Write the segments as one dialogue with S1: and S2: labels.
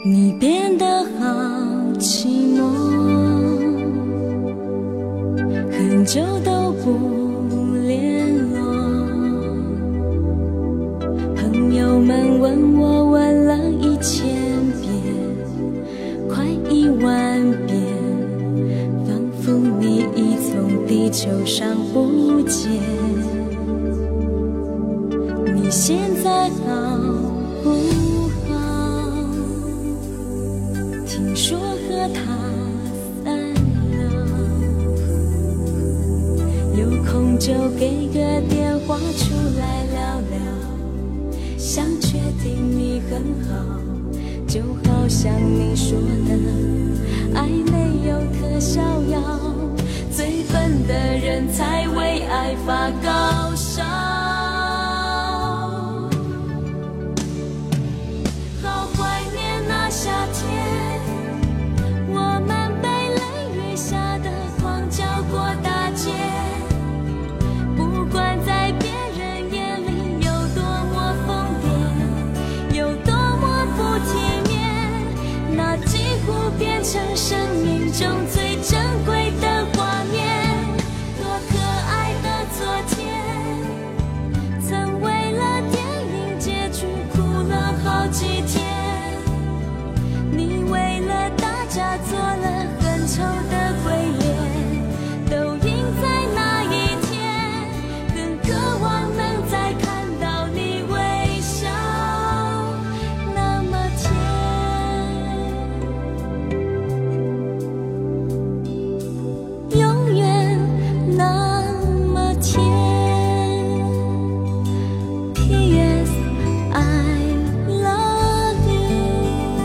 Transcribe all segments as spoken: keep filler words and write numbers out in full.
S1: 你变得好寂寞，很久都不联络。朋友们问我，问了一千遍，快一万遍，仿佛你已从地球上不见。你现在好不好？听说和他散了，有空就给个电话出来聊聊，想确定你很好，就好像你说的，爱没有特效药，最笨的人才为爱发高烧。好怀念那夏天，我们被雷雨下得光脚过大街，不管在别人眼里有多么疯癫，有多么不体面，那几乎变成生命中最珍贵的画面。多可爱的昨天，曾为了电影结局哭了好几天，你为了大家做了很丑的鬼脸，都印在那一天，更渴望能再看到你微笑那么甜，永远那么甜。 P S I love you。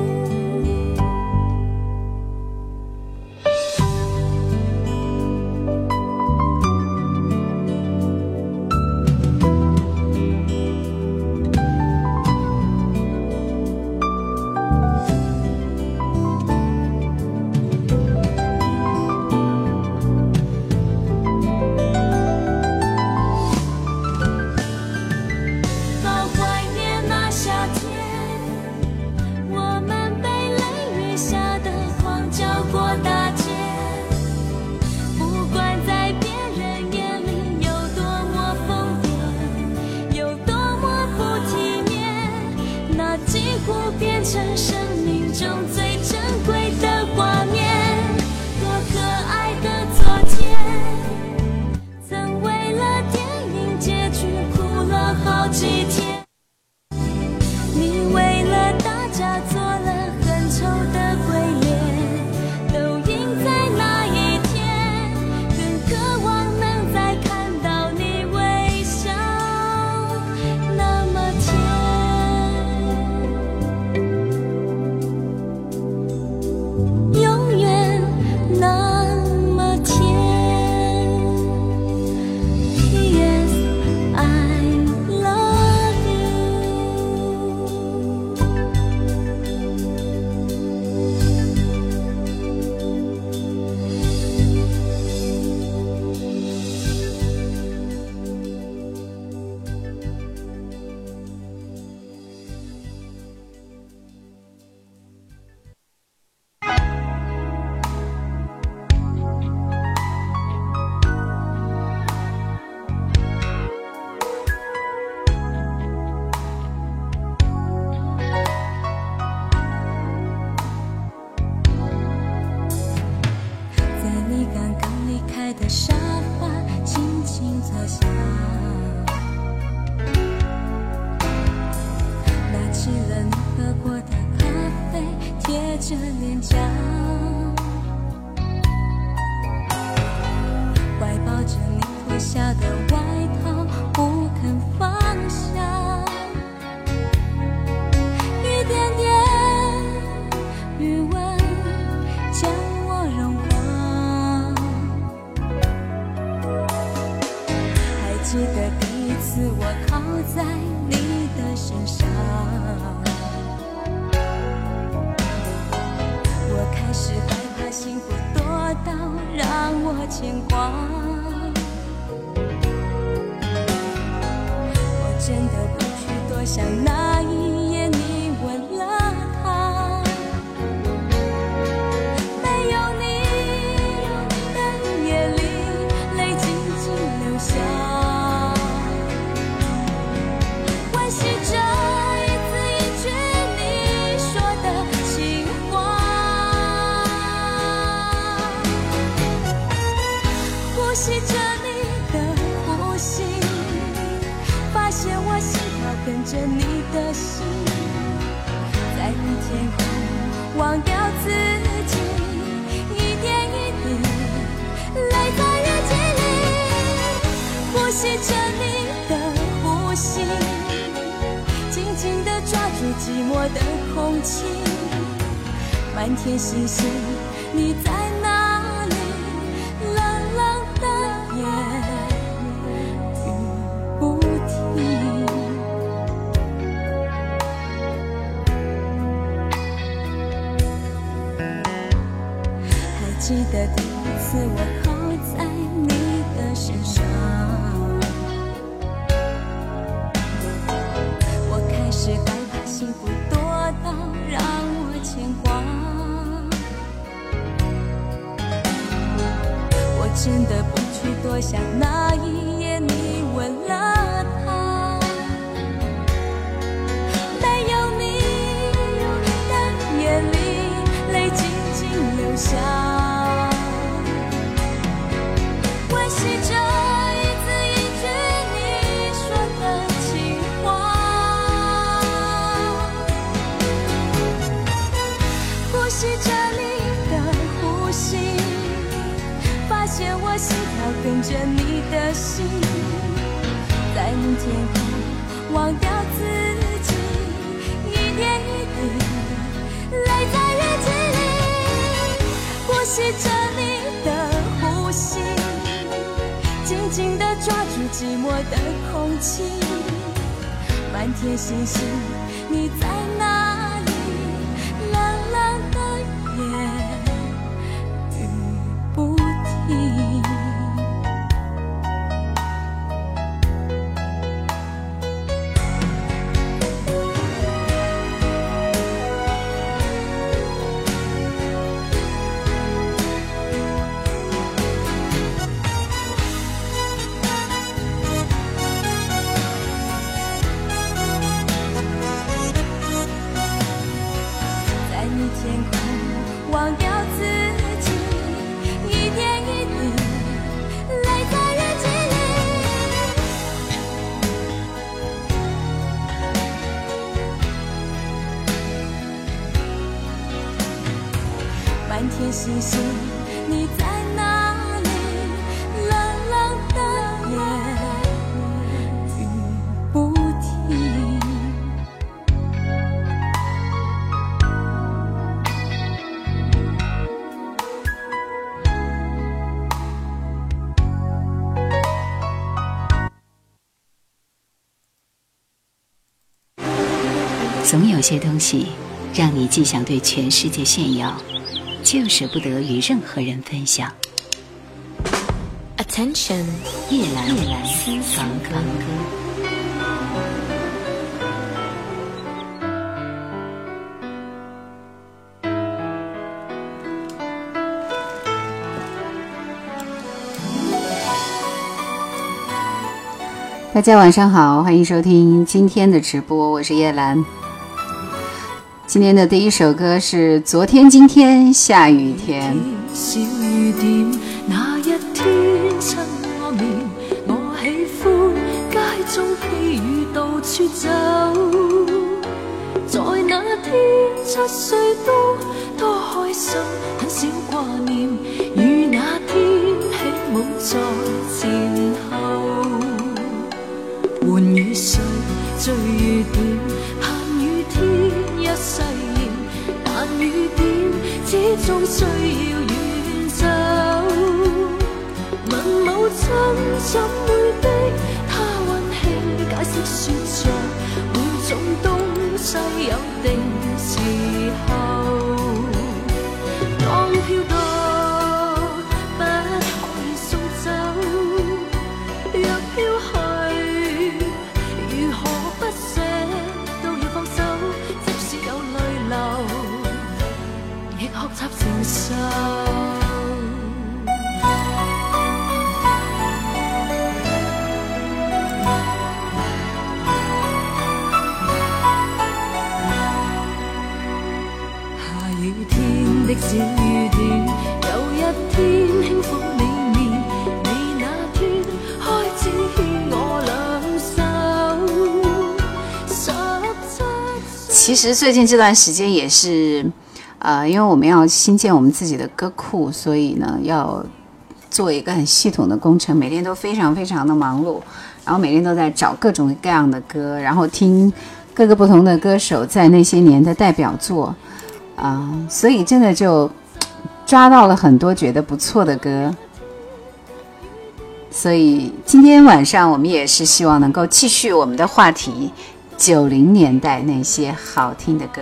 S1: 好怀念那夏天，我们被雷雨下得光脚过大街，不管在别人眼里有多么疯癫，有多么不体面，那几乎变成生命中最珍贵的画面。多可爱的昨天，曾为了电影结局哭了好几天，你为了大家做了很丑的鬼脸，都印在那一天，更渴望能再看到你微笑那么甜，永远那么甜。P S I love you。 在你刚刚离开的沙发，轻轻坐下，拿起了你喝过的咖啡，贴着脸颊，怀抱着你脱下的外套，不肯放下，一点点余温将我融化。还记得第一次我靠在你的身上，我开始害怕幸福多到让我牵挂。我真的不去多想那一夜你吻了他， 吸着你的呼吸，紧紧地抓住寂寞的空气。满天星星，你在哪里？冷冷的夜，雨不停。还记得第一次我靠在你的身上，我开始害怕幸福多到让我牵挂。我真的不去多想那一夜你吻了他，没有你的夜里泪静静流下，温习着一字一句你说的情话，呼吸着你的呼吸，发现我心跳跟着你的心，在你天空忘掉自己，一点一滴泪在日记里，呼吸着你的呼吸，紧紧地抓住寂寞的空气。满天星星，你在哪里？冷冷的夜，雨不停。忘掉自己，一点一滴泪在日记里，满天星星，你在哪里？冷冷的夜，雨不停。
S2: 总有些东西让你既想对全世界炫耀，就舍不得与任何人分享。
S3: Attention，
S2: 夜阑夜阑私房歌。大家晚上好，欢迎收听今天的直播，我是叶兰。今天的第一首歌是昨天今天下雨天。
S1: 小雨點那一天親我面，我喜歡街中披雨到處走，在那天七歲都多開心，很少掛念，與那天起舞在前後，換雨水追雨點，盼雨天一世延，但雨點始終需要遠走。問母親怎會逼她溫馨解釋，說着每種東西有定時候，當飄到不可以送走，若飄去如何不捨都要放手，即使有淚流亦學習承受。下雨天的小雨點，有一天輕撫你面，你那天開始牽我兩手。十七
S2: 其实最近这段时间也是呃，因为我们要新建我们自己的歌库，所以呢要做一个很系统的工程，每天都非常非常的忙碌，然后每天都在找各种各样的歌，然后听各个不同的歌手在那些年的代表作啊、呃，所以真的就抓到了很多觉得不错的歌。所以今天晚上我们也是希望能够继续我们的话题，九零年代那些好听的歌。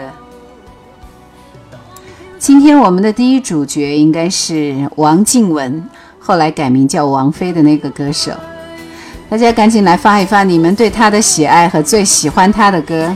S2: 今天我们的第一主角应该是王靖雯，后来改名叫王菲的那个歌手。大家赶紧来发一发你们对她的喜爱和最喜欢她的歌。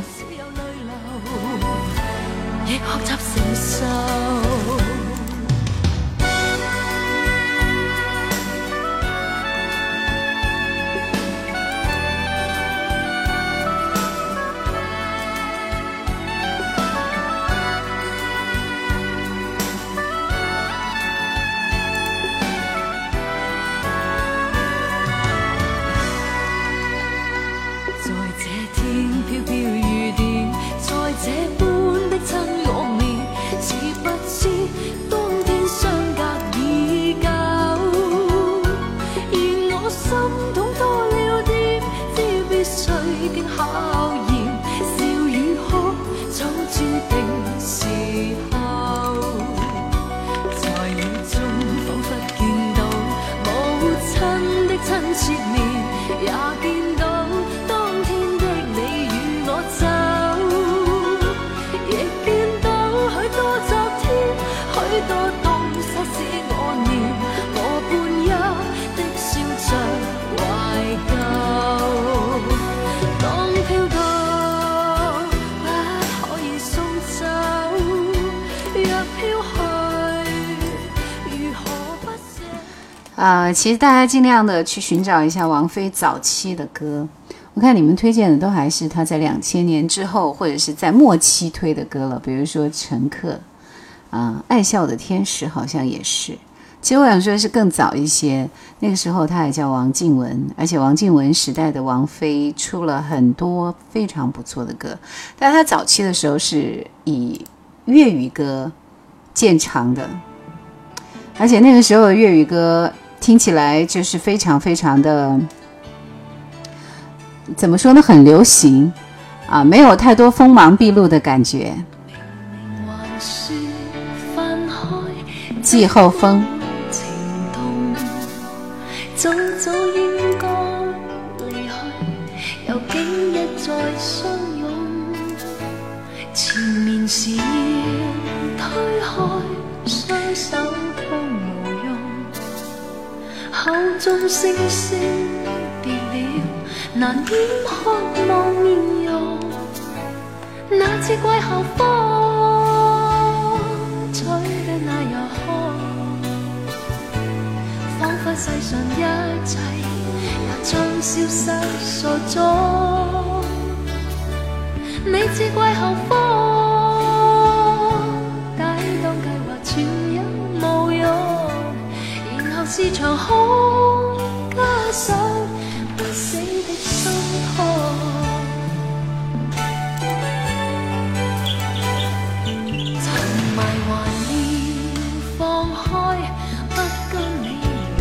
S2: 呃，其实大家尽量的去寻找一下王菲早期的歌，我看你们推荐的都还是她在两千年之后或者是在末期推的歌了，比如说《乘客》啊，呃，《爱笑的天使》好像也是。其实我想说是更早一些，那个时候她也叫王靖雯，而且王靖雯时代的王菲出了很多非常不错的歌，但她早期的时候是以粤语歌见长的，而且那个时候的粤语歌听起来就是非常非常的，怎么说呢，很流行啊，没有太多锋芒毕露的感觉。季后风
S1: 早早應該離去，又竟一再相擁，前面是要推開，雙手都無用，口中聲聲別了，難掩渴望面容，那次季候風吹得那又好，仿佛世上一切也將消失傻咗，你似季候風抵擋計劃全有無用，然後是場空加上不死的心痛，沉迷還要放開，不跟你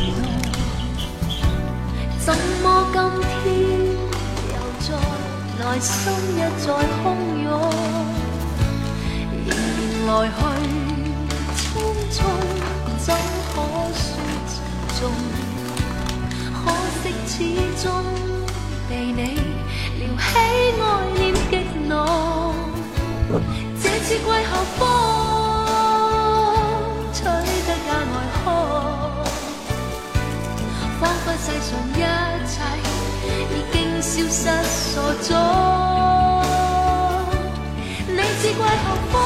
S1: 怎麼今天又再內心一再洶湧，仍然來去匆匆，怎可說沉重？可惜始終被你撩起愛念極濃，這次季候風吹得格外好，仿佛世上一切已經消失傻咗，你似季候風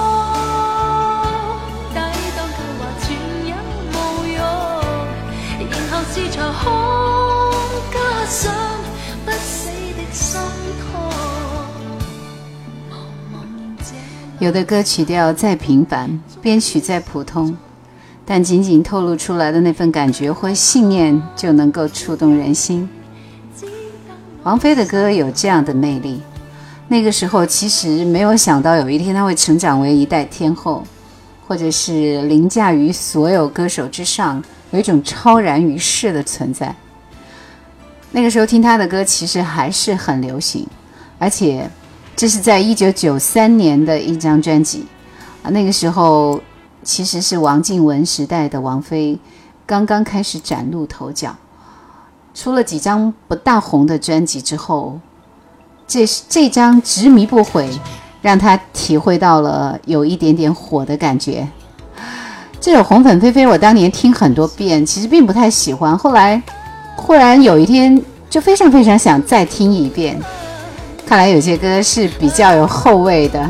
S1: 抵擋計劃全有無用，然後是場空加上不死的心痛。
S2: 有的歌曲調再平凡，編曲再普通，但僅僅透露出來的那份感覺或信念就能夠觸動人心。王菲的歌有這樣的魅力，那個時候其實沒有想到有一天她會成長為一代天后，或者是凌駕於所有歌手之上， 有一种超然于世的存在。那个时候听他的歌其实还是很流行，而且这是在一九九三年的一张专辑啊，那个时候其实是王靖雯时代的王菲刚刚开始崭露头角，出了几张不大红的专辑之后，这这张执迷不悔让他体会到了有一点点火的感觉。这首红粉飞飞我当年听很多遍，其实并不太喜欢，后来忽然有一天就非常非常想再听一遍。看来有些歌是比较有后味的。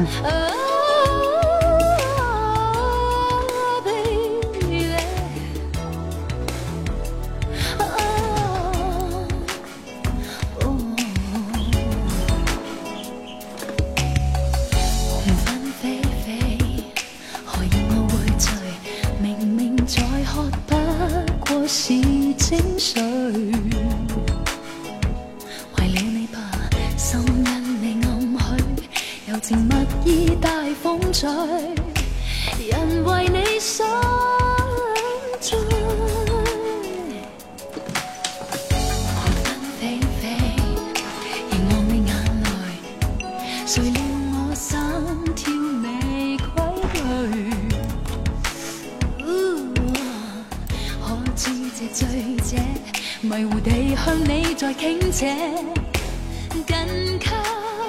S1: 迷糊地向你在倾斜，緊靠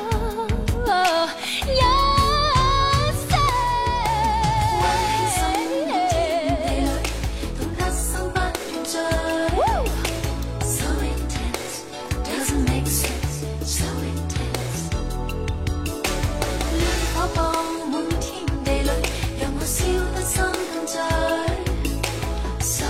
S1: 一些。心天地裏，痛得心不願醉。So intense, doesn't make sense. So intense， 戀火布滿天地裏，讓我燒得心更醉。So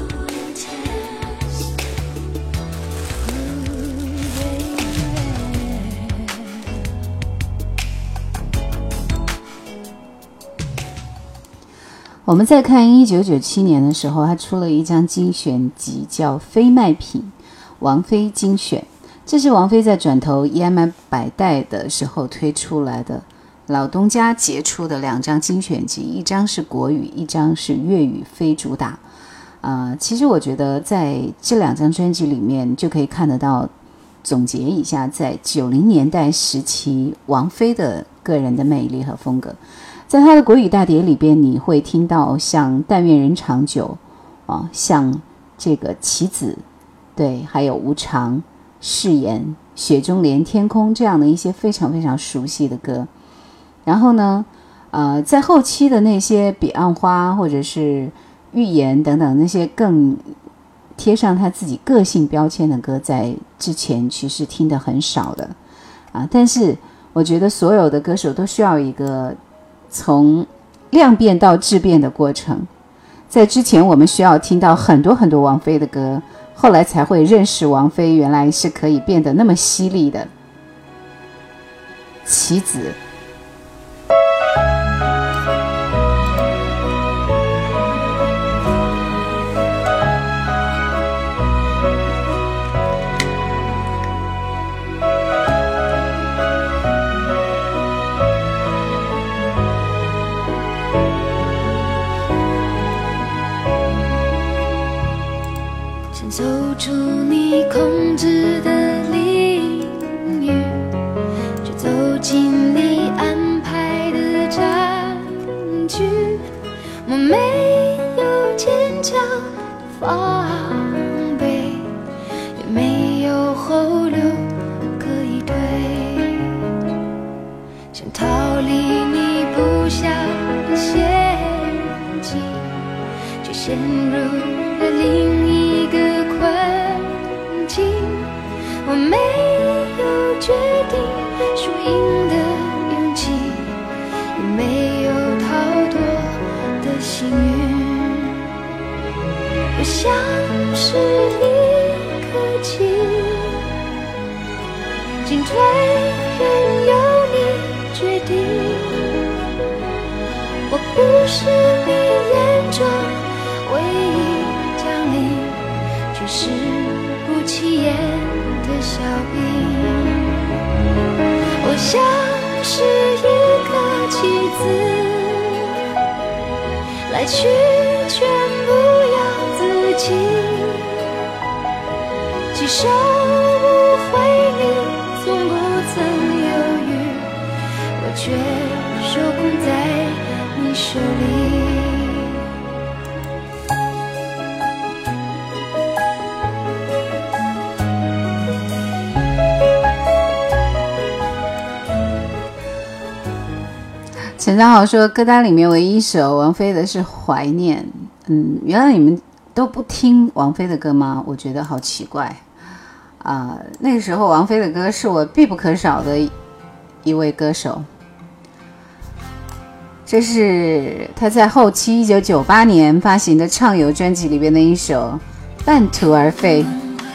S2: 我们再看一九九七年的时候，他出了一张精选集叫《非卖品王菲精选》，这是王菲在转投 E M I 百代的时候推出来的老东家杰出的两张精选集，一张是国语，一张是粤语非主打。呃，其实我觉得在这两张专辑里面就可以看得到，总结一下在九零年代时期王菲的个人的魅力和风格。在他的国语大碟里边，你会听到像但愿人长久啊，像这个棋子，对，还有无常、誓言、雪中连天空这样的一些非常非常熟悉的歌。然后呢，呃，在后期的那些彼岸花或者是预言等等那些更贴上他自己个性标签的歌，在之前其实听得很少的啊。但是我觉得所有的歌手都需要一个从量变到质变的过程，在之前我们需要听到很多很多王菲的歌，后来才会认识王菲原来是可以变得那么犀利的。棋子
S1: 走出你控制的领域，就走进你安排的战局。我没有坚强防备，也没有后路可以退，想逃离你布下的陷阱，却陷入了另一个我没有决定输赢的勇气，也没有逃脱的幸运。我像是一颗棋，进退任由你决定。我不是你眼中唯一将领，却是不起眼的小兵。我像是一颗棋子，来去全不由自己。 情，几首无悔你从不曾犹豫，我却受困在你手里。
S2: 陈章豪说歌单里面唯一一首王菲的是怀念。嗯，原来你们都不听王菲的歌吗？我觉得好奇怪啊、呃！那个时候王菲的歌是我必不可少的一位歌手，这是她在后期一九九八年发行的畅游专辑里边的一首《半途而废》。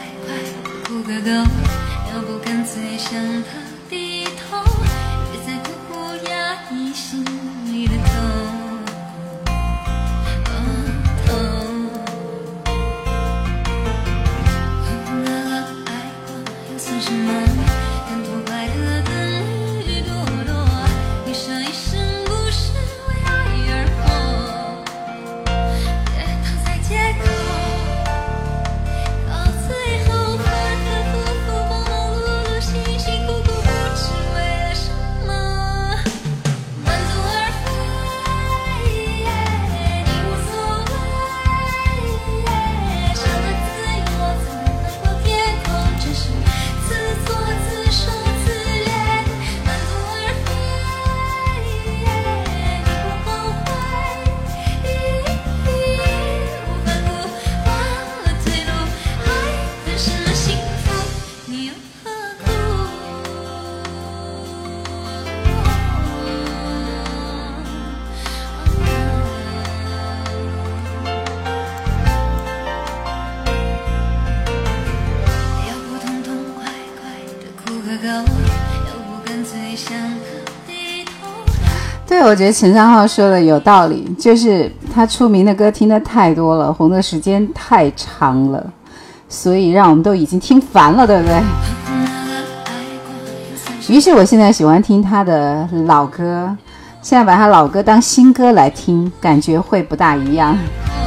S2: 对，我觉得陈章浩说的有道理，就是他出名的歌听得太多了，红的时间太长了，所以让我们都已经听烦了，对不对？于是我现在喜欢听他的老歌，现在把他老歌当新歌来听，感觉会不大一样。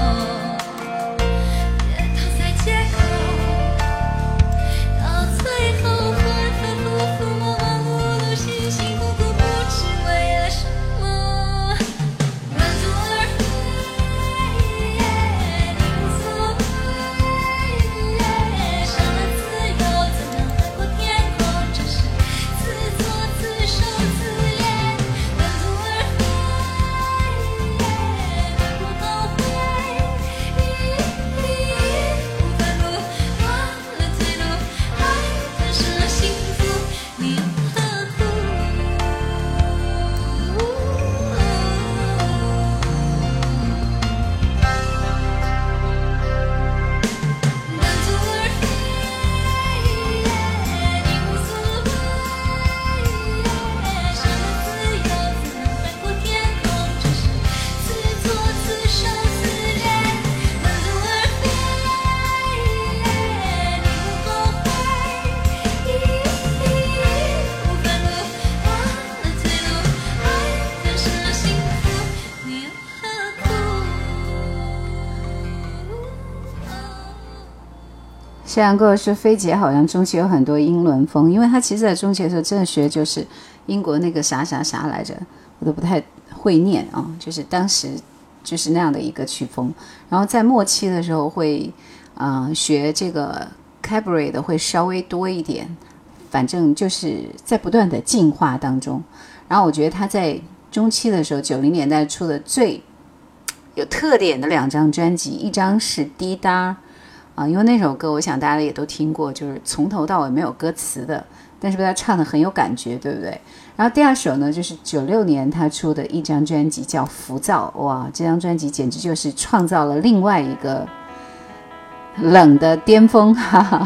S2: 沈阳跟我说菲姐好像中期有很多英伦风，因为她其实在中期的时候真的学就是英国那个啥啥啥来着，我都不太会念啊，就是当时就是那样的一个曲风。然后在末期的时候会啊、呃、学这个 cabaret 的会稍微多一点，反正就是在不断的进化当中。然后我觉得他在中期的时候九零年代出的最有特点的两张专辑，一张是滴答啊，因为那首歌我想大家也都听过，就是从头到尾没有歌词的，但是被他唱得很有感觉，对不对？然后第二首呢，就是九六年他出的一张专辑叫《浮躁》，哇，这张专辑简直就是创造了另外一个冷的巅峰，哈哈。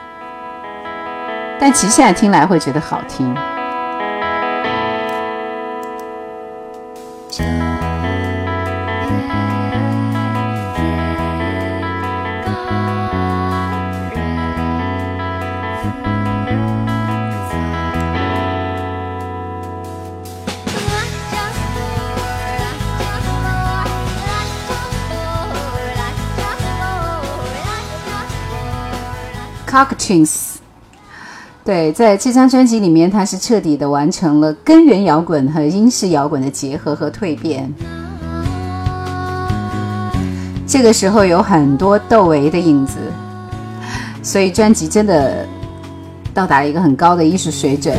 S2: 但其实现在听来会觉得好听。 Cocktunes。对，在这张专辑里面，他是彻底的完成了根源摇滚和英式摇滚的结合和蜕变。这个时候有很多窦唯的影子，所以专辑真的到达了一个很高的艺术水准。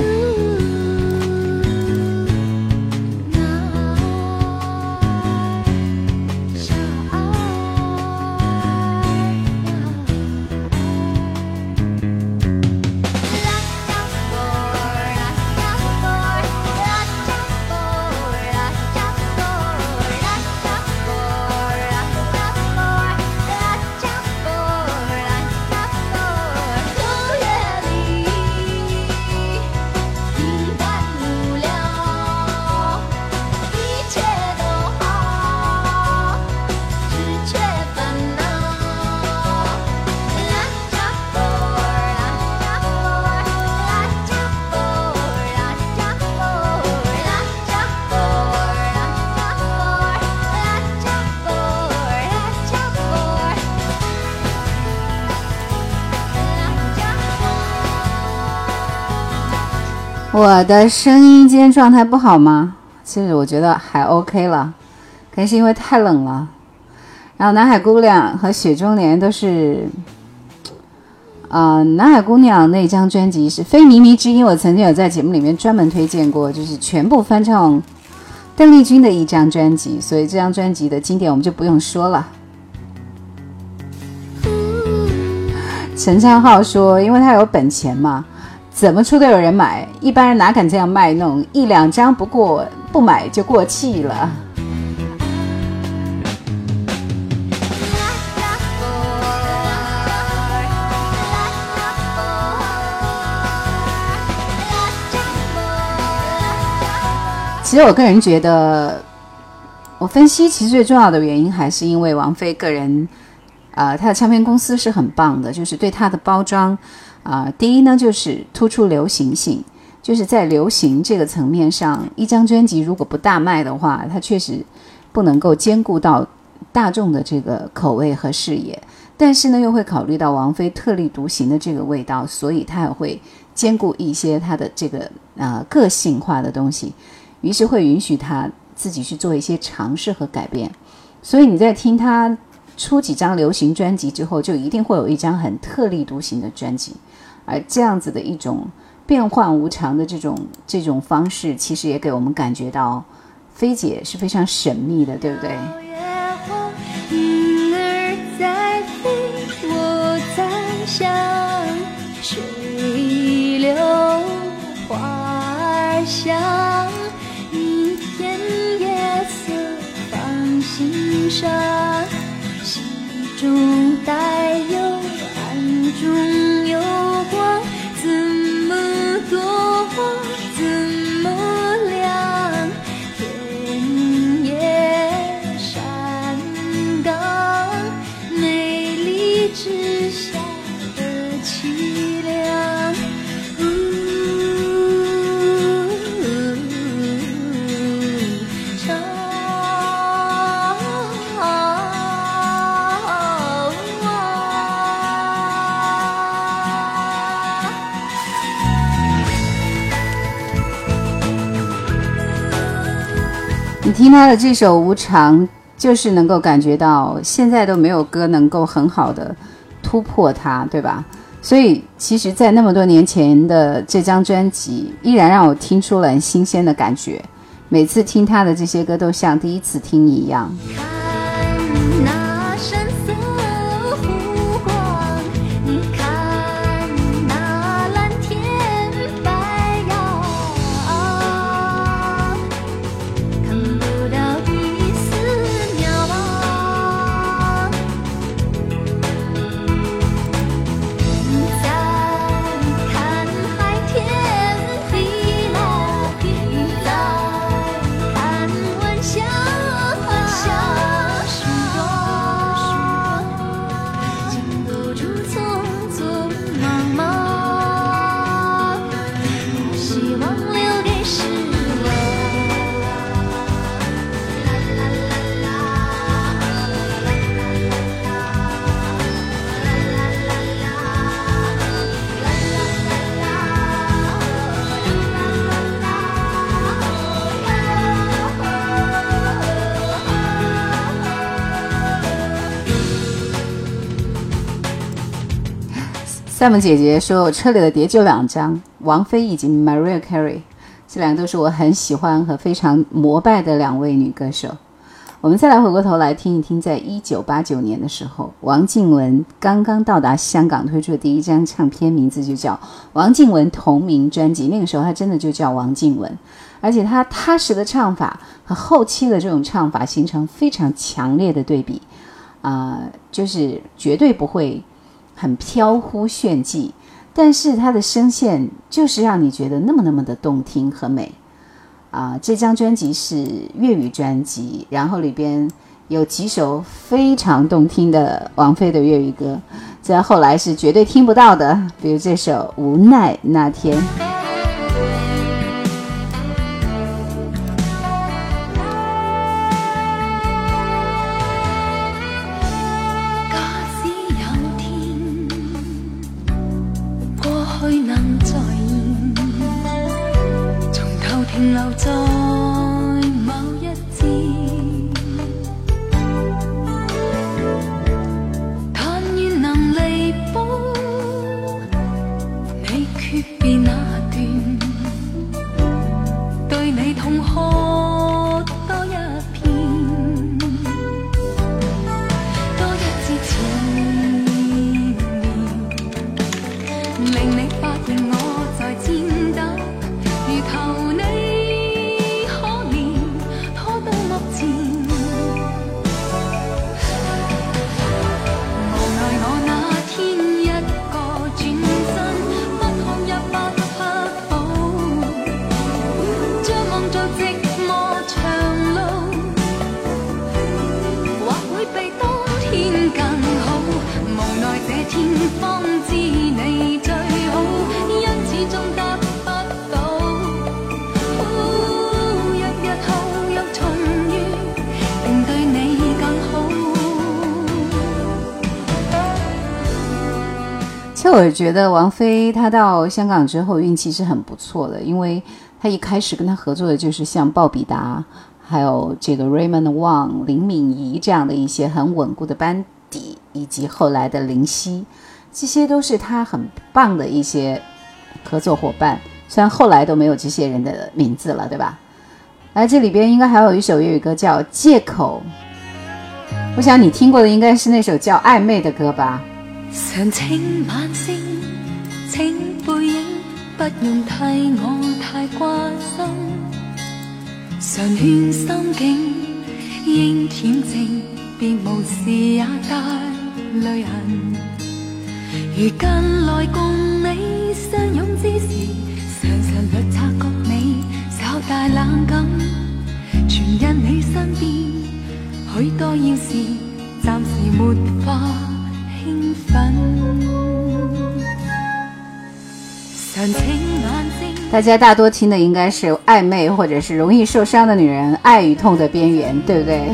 S2: 我的声音今天状态不好吗？其实我觉得还 OK 了，可能是因为太冷了。然后南海姑娘和雪中莲都是呃，南海姑娘那张专辑是非靡靡之音，我曾经有在节目里面专门推荐过，就是全部翻唱邓丽君的一张专辑，所以这张专辑的经典我们就不用说了。陈昌浩说因为他有本钱嘛，怎么出都有人买，一般人哪敢这样卖弄，一两张不过不买就过气了。其实我个人觉得，我分析其实最重要的原因还是因为王菲个人呃，她的唱片公司是很棒的，就是对她的包装啊、呃，第一呢就是突出流行性，就是在流行这个层面上，一张专辑如果不大卖的话，它确实不能够兼顾到大众的这个口味和视野，但是呢又会考虑到王菲特立独行的这个味道，所以她也会兼顾一些她的这个呃个性化的东西，于是会允许她自己去做一些尝试和改变。所以你在听她出几张流行专辑之后，就一定会有一张很特立独行的专辑，而这样子的一种变幻无常的这种这种方式，其实也给我们感觉到菲姐是非常神秘的，对不对？
S1: 云儿在飞，我在想，水流花儿香，明天夜色放心上，心中带有暗中有光，怎么多怎么亮，天也山岗，美丽之下的凄凉。
S2: 你听他的这首《无常》，就是能够感觉到现在都没有歌能够很好的突破它，对吧？所以其实在那么多年前的这张专辑依然让我听出了很新鲜的感觉，每次听他的这些歌都像第一次听一样。
S1: 看那山色湖光，你看那蓝天白杨，看不到一丝渺茫。你再看海天碧蓝，你再看晚霞，时光
S2: Sam 姐姐说我车里的碟就两张，王菲以及 Mariah Carey， 这两个都是我很喜欢和非常膜拜的两位女歌手。我们再来回过头来听一听，在一九八九年的时候，王靖雯刚刚到达香港推出的第一张唱片，名字就叫王靖雯同名专辑。那个时候她真的就叫王靖雯，而且她踏实的唱法和后期的这种唱法形成非常强烈的对比，啊、呃，就是绝对不会很飘忽炫技，但是她的声线就是让你觉得那么那么的动听和美。啊、呃，这张专辑是粤语专辑，然后里边有几首非常动听的王菲的粤语歌，在后来是绝对听不到的，比如这首《无奈那天》。
S1: 停留在某一節，但願能彌補你訣別那段，對你痛哭多一片，多一節纏綿，令你發現我在戰鬥，如求你
S2: 我觉得王菲她到香港之后运气是很不错的，因为她一开始跟她合作的就是像鲍比达还有这个 Raymond Wong 林敏怡这样的一些很稳固的班底，以及后来的林夕，这些都是她很棒的一些合作伙伴，虽然后来都没有这些人的名字了，对吧？而这里边应该还有一首粤语歌叫《借口》，我想你听过的应该是那首叫《暧昧》的歌吧。
S1: 常請晚星，請背影，不用替我太關心。常勸心境應恬靜，別無視也帶淚痕。如近來共你相擁之時，常常略察覺你稍帶冷感，全因你身邊許多要事，暫時沒法興奮。
S2: 大家大多聽的應該是曖昧或者是容易受傷的女人，愛與痛的邊緣，對不對？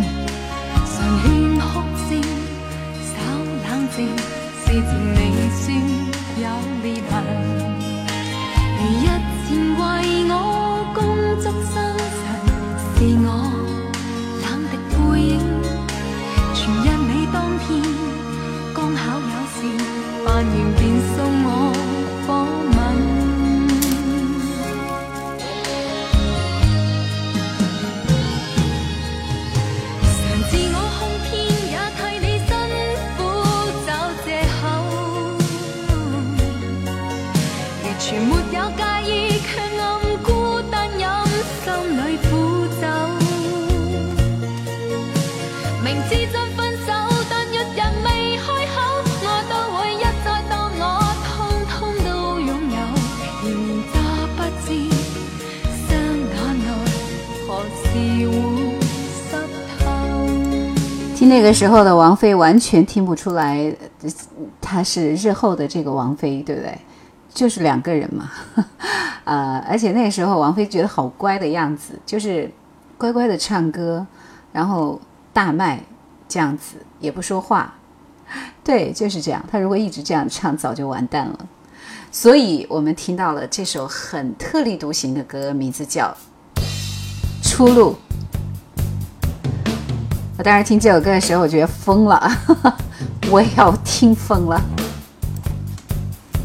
S2: 听那个时候的王菲完全听不出来她是日后的这个王菲，对不对？就是两个人嘛。呃，而且那个时候王菲觉得好乖的样子，就是乖乖的唱歌，然后大卖这样子，也不说话。对，就是这样，她如果一直这样唱早就完蛋了。所以我们听到了这首很特立独行的歌，名字叫《出路》。我当时听这首歌的时候我觉得疯了，我也要听疯了。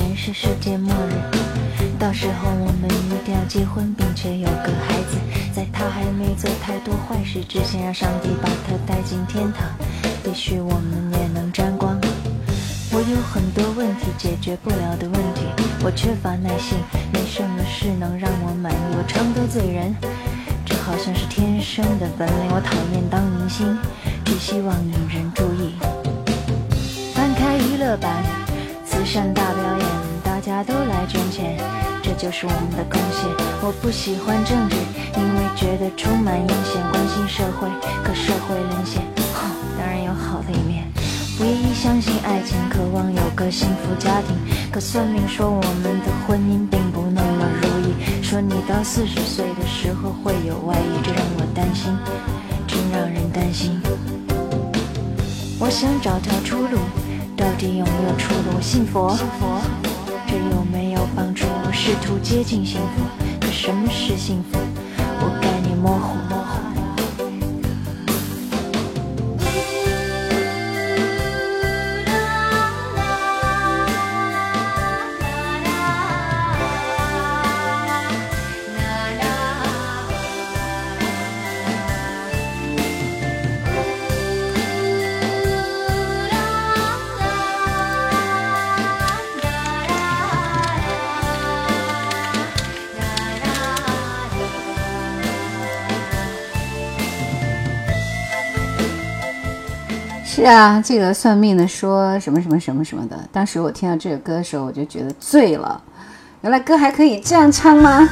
S3: 前是世界末日。到时候我们一定要结婚，并且有个孩子，在他还没做太多坏事之前，让上帝把他带进天堂。也许我们也能沾光。我有很多问题解决不了的问题，我缺乏耐心，没什么事能让我满意，我常得罪人，这好像是天生的本领。我讨厌当明星，只希望引人注意。翻开娱乐版，慈善大表演，大家都来捐钱，这就是我们的贡献。我不喜欢政治，因为觉得充满阴险，关心社会，可社会沦陷，哼，当然有好的一面。我也相信爱情，渴望有个幸福家庭，可算命说我们的婚姻并不那么如意，说你到四十岁的时候会有外遇，这让我担心，真让人担心。我想找条出路，到底有没有出路？信佛，这有没有帮助？我试图接近幸福，可什么是幸福？我概念模糊模糊。
S2: 是啊，这个算命的说什么什么什么什么的，当时我听到这个歌的时候，我就觉得醉了。原来歌还可以这样唱吗？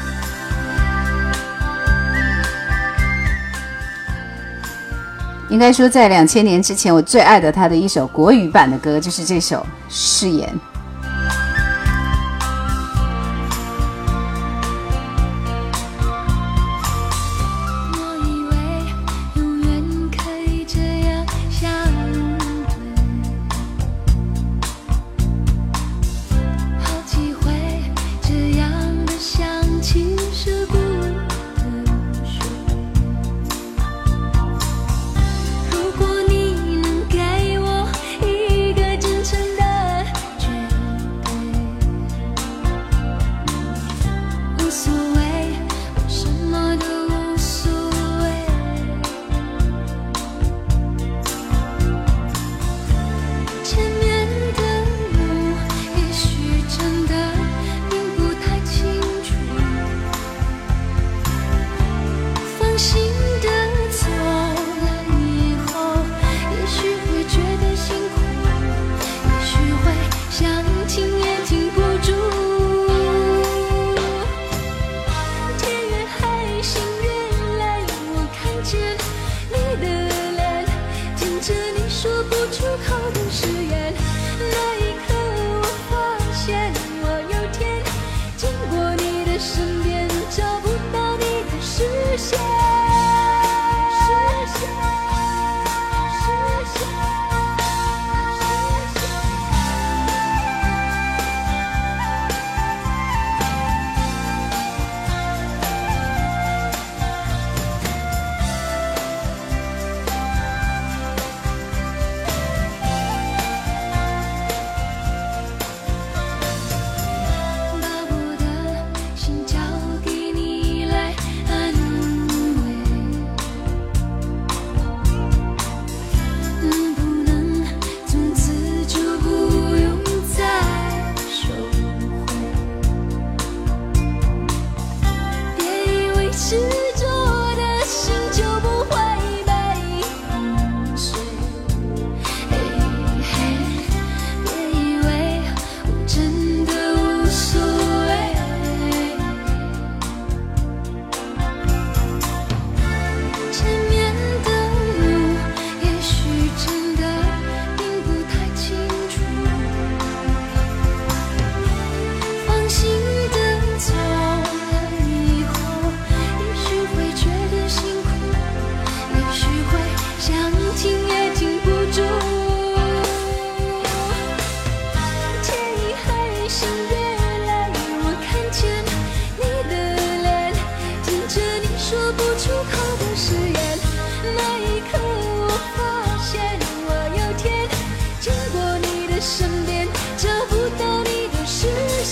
S2: 应该说，在两千年之前，我最爱的他的一首国语版的歌就是这首《誓言》。
S1: 如果你能给我一个真诚的决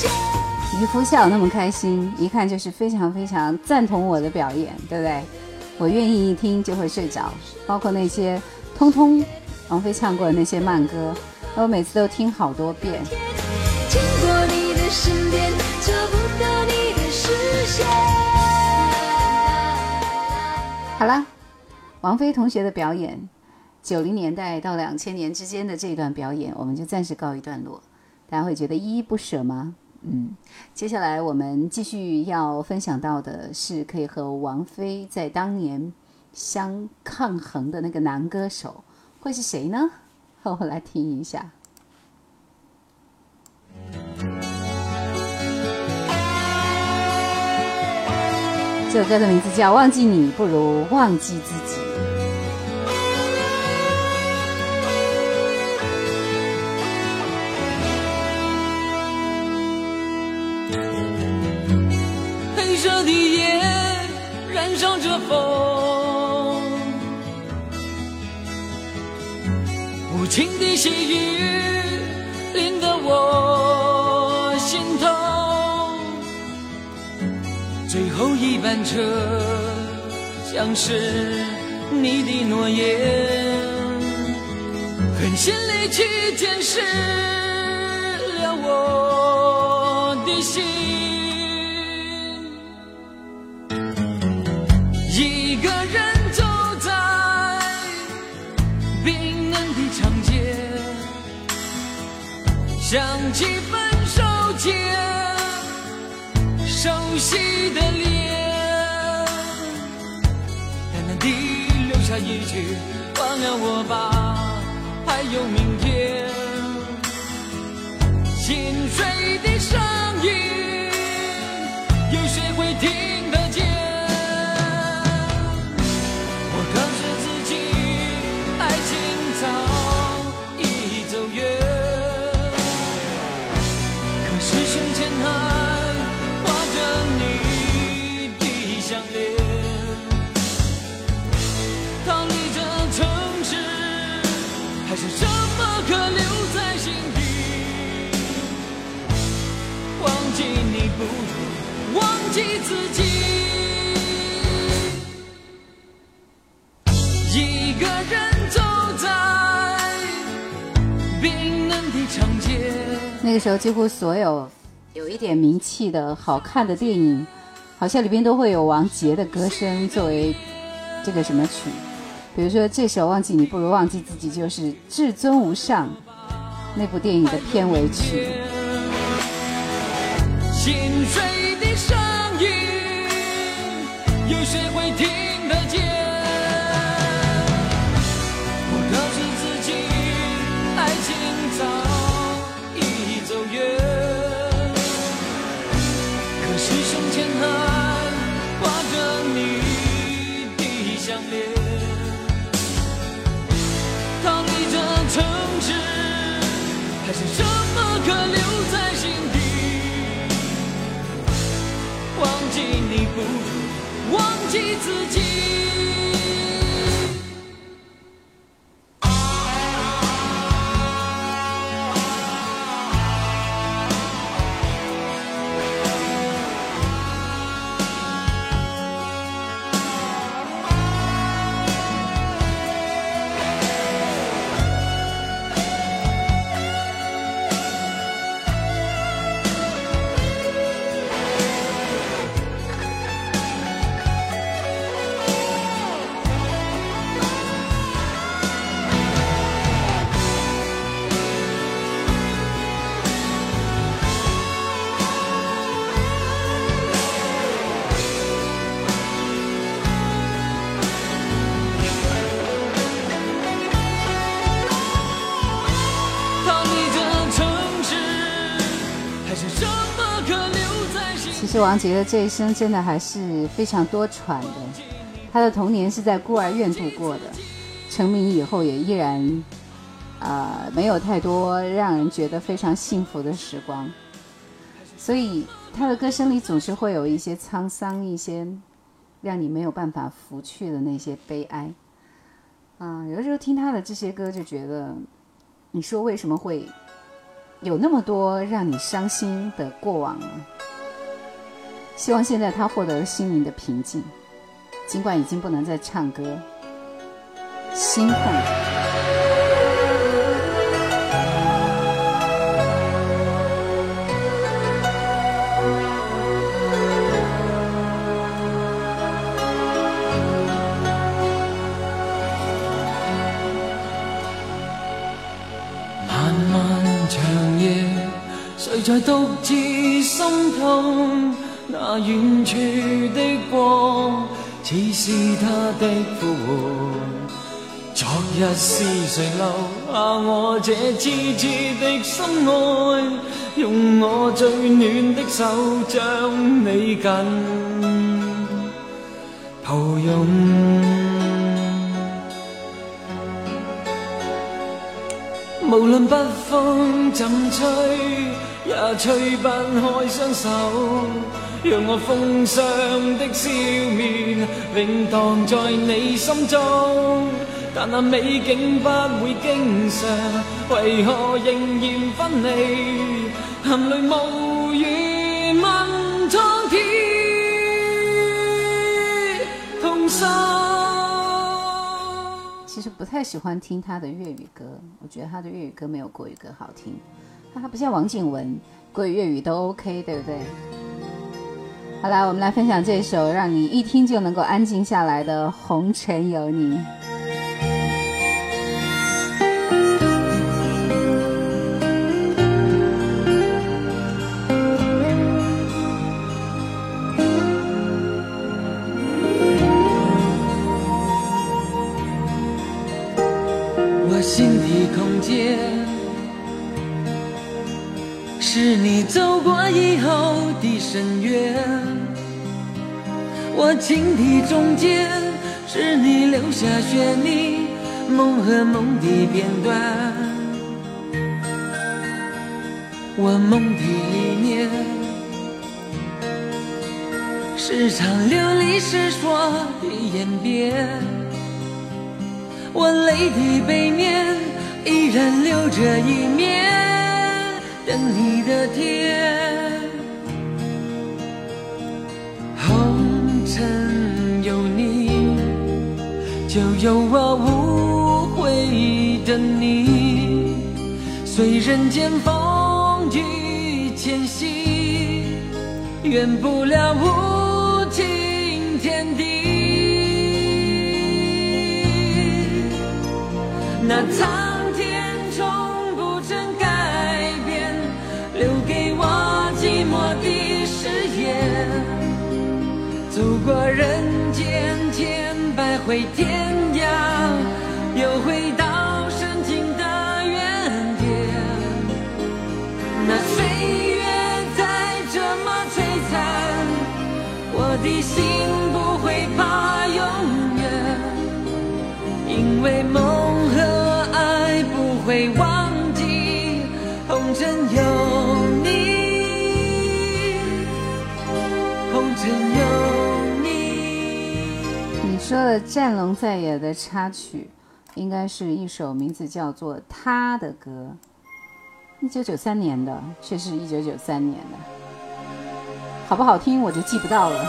S2: 渔夫笑那么开心，一看就是非常非常赞同我的表演，对不对？我愿意一听就会睡着，包括那些通通王菲唱过的那些慢歌，我每次都听好多遍。
S1: 经过你的身边，找不到你的视线。
S2: 好了，王菲同学的表演，九零年代到两千年之间的这段表演，我们就暂时告一段落。大家会觉得依依不舍吗？嗯，接下来我们继续要分享到的是可以和王菲在当年相抗衡的那个男歌手，会是谁呢？我们来听一下。这首歌的名字叫《忘记你不如忘记自己》。
S4: 黑色的夜燃烧着风，无情的细雨淋得我心痛，最后一班车像是你的诺言，狠心离去监视了我的心，一个人走在冰冷的长街，想起分手前熟悉的脸，淡淡地留下一句忘了我吧，还有明天。心碎的声音，有谁会听得见？我告诉自己，爱情早已走远，可是胸前还挂着你的项链。逃离这城市，还是什么可留在心底？忘记你不如忘记自己，一个人走在冰冷的长街。
S2: 那个时候几乎所有有一点名气的好看的电影，好像里边都会有王杰的歌声作为这个什么曲，比如说这首《忘记你不如忘记自己》就是《至尊无上》那部电影的片尾曲。
S4: 心碎的声音，有谁会听得见？我告诉自己，爱情早已走远，可是胸前还挂着你的项链。逃离这城市，还是什么可留在心底？忘记你不如忘记自己。
S2: 其实王杰的这一生真的还是非常多舛的，他的童年是在孤儿院度过的，成名以后也依然呃，没有太多让人觉得非常幸福的时光，所以他的歌声里总是会有一些沧桑，一些让你没有办法拂去的那些悲哀啊、呃。有的时候听他的这些歌就觉得，你说为什么会有那么多让你伤心的过往呢？希望现在他获得了心灵的平静，尽管已经不能再唱歌，心痛。
S4: 漫漫長夜，誰在獨自心痛？那遠處的光，似是他的呼喚。昨日是誰留下我這痴痴的心愛？用我最暖的手將你緊抱擁。無論北風怎吹，也吹不開雙手，讓我風霜的笑面永蕩在你心中。但那美景不會經常，為何仍然分離？含淚無語問蒼天痛心。
S2: 其实不太喜欢听他的粤语歌，我觉得他的粤语歌没有国语歌好听。他不像王靖雯，国语粤语都 OK， 对不对？好啦，我们来分享这首让你一听就能够安静下来的《红尘有你》。
S4: 心的空间，是你走过以后的深渊。我情的中间，是你留下旋律，梦和梦的片段。我梦的里面，是场流离失所的演变。我泪的背面依然留着一面等你的天。红尘有你，就有我无悔的你。随人间风雨迁徙，圆不了无情天地。那苍天从不曾改变，留给我寂寞的誓言。走过人间千百回天涯，又回到深情的原点。那岁月再这么摧残，我的心不会怕永远，因为梦和会忘记红尘有你，红尘有你。
S2: 你说的《战龙在野》的插曲，应该是一首名字叫做《他》的歌，一九九三年的，却是一九九三年的，好不好听我就记不到了。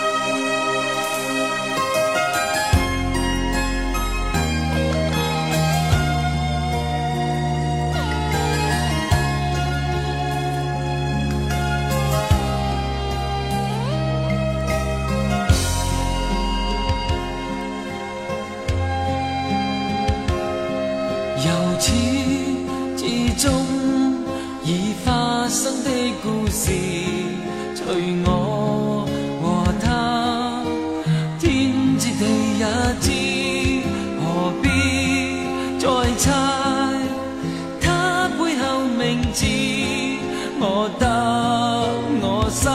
S4: 故事隨我和他，天知地也知，何必再猜他背後名字。我得我失，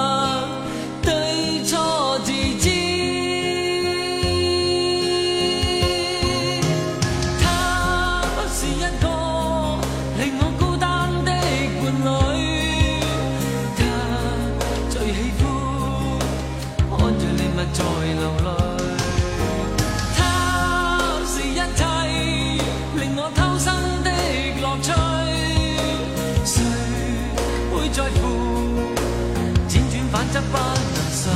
S4: 對錯自知。他是一個令我孤單的伴侶，在流淚，他是一切令我偷生的樂趣。 反則不能睡。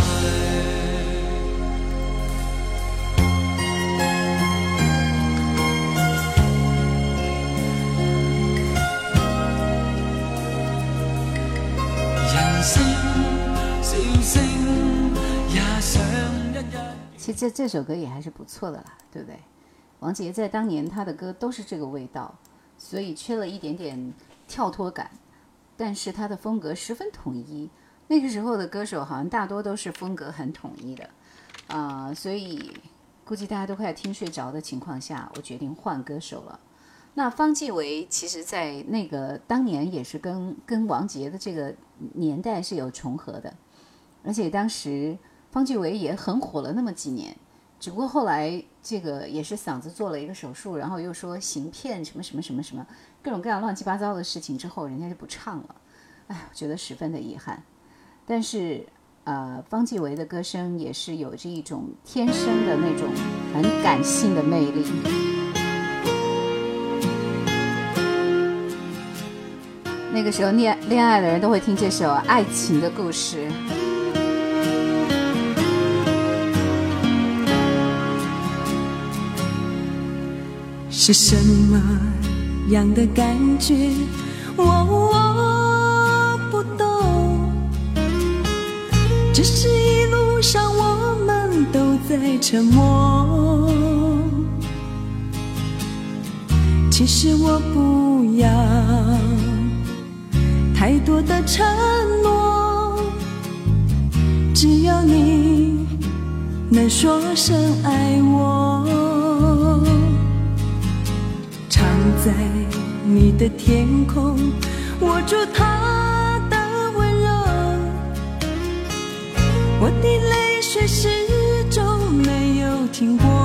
S4: 人聲笑聲也想一日。
S2: 其实 这, 这首歌也还是不错的啦，对不对？王杰在当年他的歌都是这个味道，所以缺了一点点跳脱感，但是他的风格十分统一。那个时候的歌手好像大多都是风格很统一的，啊、呃，所以估计大家都快听睡着的情况下，我决定换歌手了。那方季韦其实在那个当年也是跟跟王杰的这个年代是有重合的，而且当时方季韦也很火了那么几年，只不过后来这个也是嗓子做了一个手术，然后又说行骗什么什么什么什么各种各样乱七八糟的事情之后，人家就不唱了，哎，我觉得十分的遗憾。但是呃，方季韦的歌声也是有着一种天生的那种很感性的魅力。那个时候恋恋爱的人都会听这首《爱情的故事》。
S4: 是什么样的感觉？我我不懂，只是一路上我们都在沉默。其实我不要太多的承诺，只要你能说声爱我。常在你的天空握住它的温柔，我的泪水始终没有停过。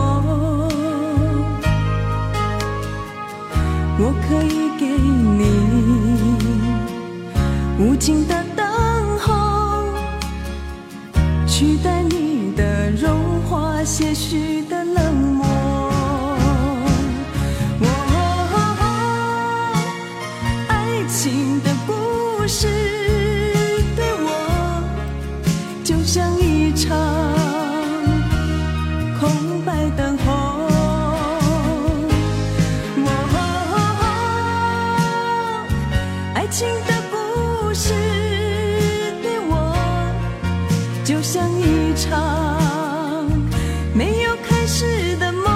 S4: 我可以给你无尽的等候，取代你的融化些许的冷漠。爱情的故事对我就像一场空白等候。爱情的故事对我就像一场没有开始的梦。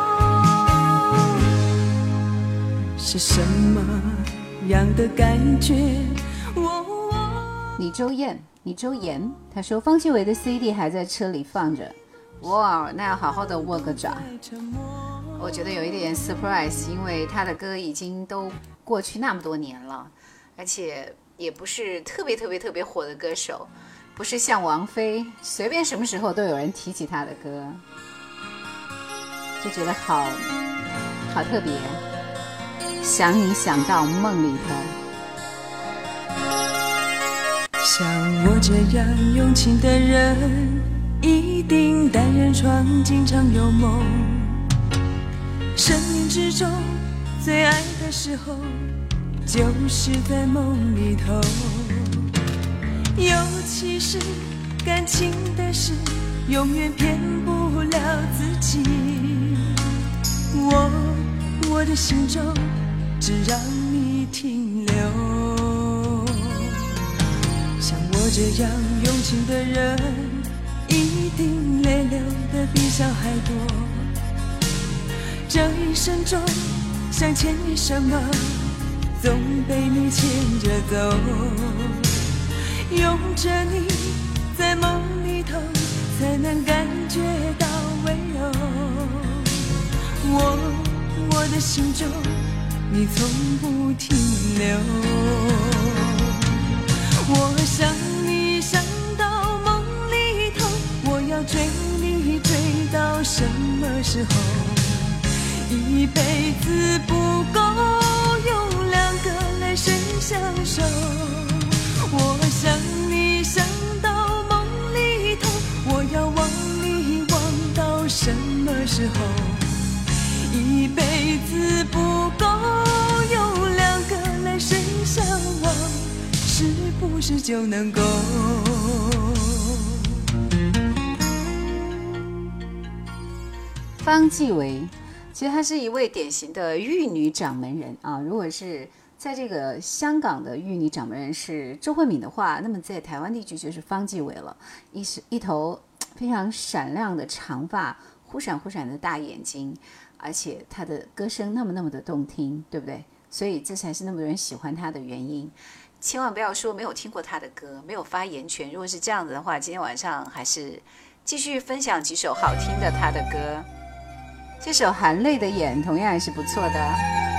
S4: 是什么样的感觉？我我
S2: 李周燕，李周妍，他说方季韦的 C D 还在车里放着，哇，那要好好的握个爪。我觉得有一点 surprise， 因为他的歌已经都过去那么多年了，而且也不是特别特别特别火的歌手，不是像王菲，随便什么时候都有人提起他的歌，就觉得好好特别。想你想到梦里头。
S4: 像我这样用情的人，一定单人床经常有梦。生命之中最爱的时候，就是在梦里头。尤其是感情的事，永远骗不了自己。我我的心中只让你停留。像我这样用情的人，一定泪流的比小孩多。这一生中想牵你什么，总被你牵着走。拥着你在梦里头，才能感觉到温柔。我我的心中你从不停留。我想你想到梦里头，我要追你追到什么时候？一辈子不够用两个来生相守。我想你想到梦里头，我要忘你忘到什么时候？一辈子不够用两个来生相望，是不是就能够？
S2: 方季韦，其实她是一位典型的玉女掌门人啊。如果是在这个香港的玉女掌门人是周慧敏的话，那么在台湾地区就是方季韦了。一是一头非常闪亮的长发，忽闪忽闪的大眼睛，而且她的歌声那么那么的动听，对不对？所以这才是那么多人喜欢她的原因。千万不要说没有听过她的歌，没有发言权。如果是这样子的话，今天晚上还是继续分享几首好听的她的歌。这首《含泪的眼》同样也是不错的。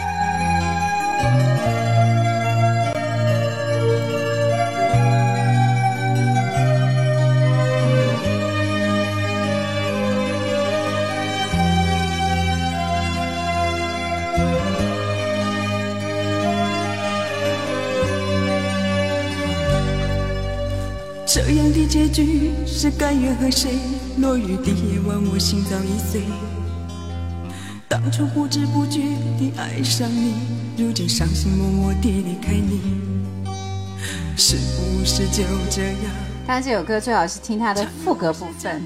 S4: 这样的结局是甘愿和谁？落雨的夜晚，我心早已碎。当初不知不觉地爱上你，如今伤心默默地离开你，是不是就这样？
S2: 当然这首歌最好是听它的副歌部分。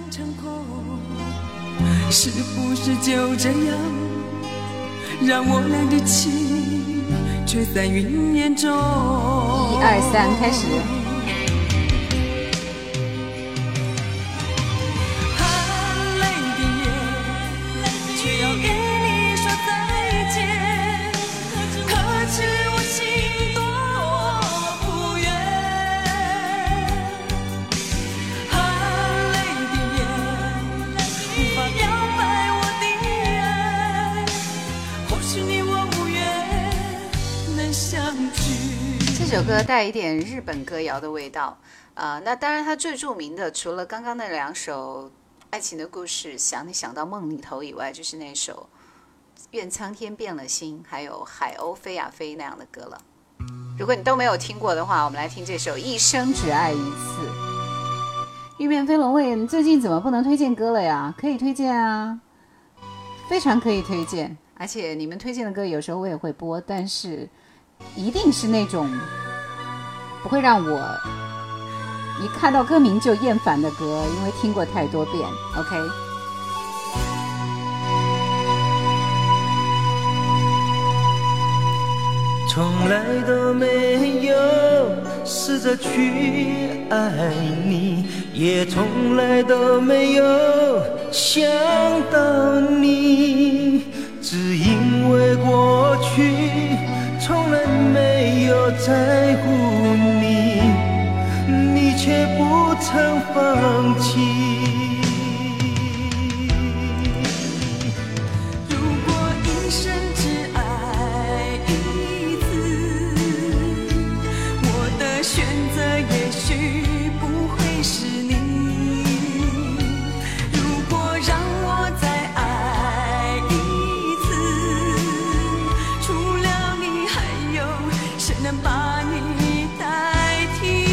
S4: 是不是就这样，让我俩的情却在云烟中？
S2: 一二三，开始。这首歌带一点日本歌谣的味道，呃，那当然它最著名的除了刚刚那两首爱情的故事想你想到梦里头以外，就是那首愿苍天变了心，还有海鸥飞呀飞那样的歌了。如果你都没有听过的话，我们来听这首一生只爱一次。玉面飞龙卫，你最近怎么不能推荐歌了呀？可以推荐啊，非常可以推荐，而且你们推荐的歌有时候我也会播，但是一定是那种不会让我一看到歌名就厌烦的歌，因为听过太多遍。 OK，
S5: 从来都没有试着去爱你，也从来都没有想到你，只因为过去从来没有在乎你，你却不曾放弃。
S4: 如果一生只爱一次，我的选择也许不会是你。如果让我再爱一次，除了你还有谁能把你代替？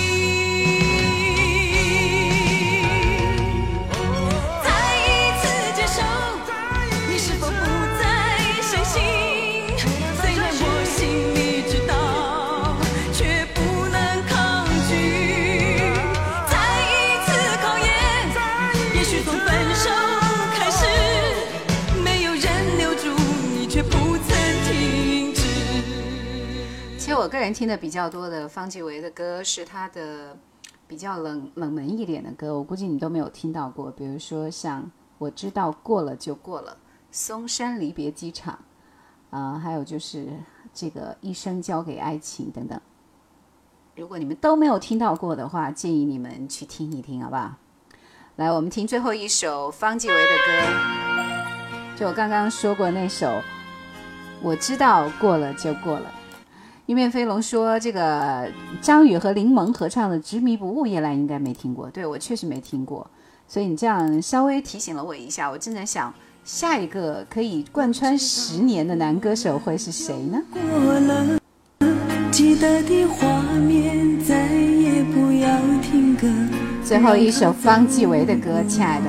S4: 再一次接受，你是否不再相信？虽然我心里知道，却不能抗拒。再一次考验，也许从分手开始，没有人留住你，却不曾停止。
S2: 其实我个人听的比较多的方季韦的歌是他的比较冷冷门一点的歌，我估计你都没有听到过，比如说像我知道过了就过了，松山离别机场，啊、呃，还有就是这个一生交给爱情等等。如果你们都没有听到过的话，建议你们去听一听，好不好？来，我们听最后一首方季韦的歌，就我刚刚说过那首我知道过了就过了。玉面飞龙说这个张宇和林萌合唱的执迷不悟，叶兰应该没听过。对，我确实没听过，所以你这样稍微提醒了我一下，我正在想下一个可以贯穿十年的男歌手会是谁呢？
S4: 过了记得的画面再也不要听歌。
S2: 最后一首方季韦的歌，亲爱的，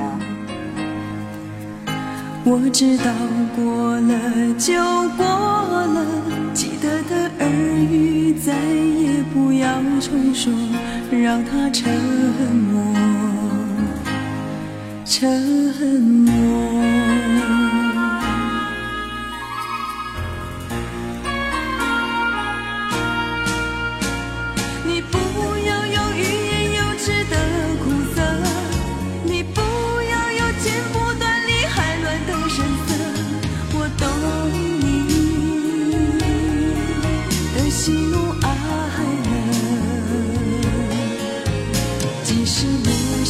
S4: 我知道过了就过了，记得的耳语再也不要重说，让它沉默，沉默。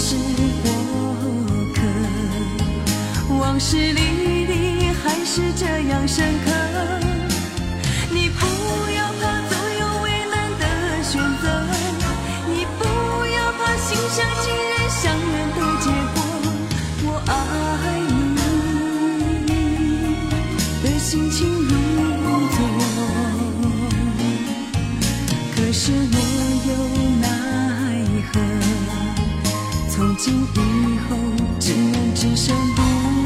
S4: 是过客，往事历历还是这样深刻。你不要怕总有为难的选择，你不要怕心相近人相远的结果。我爱你的心情如昨，可是我又奈何，从今以后只能只剩不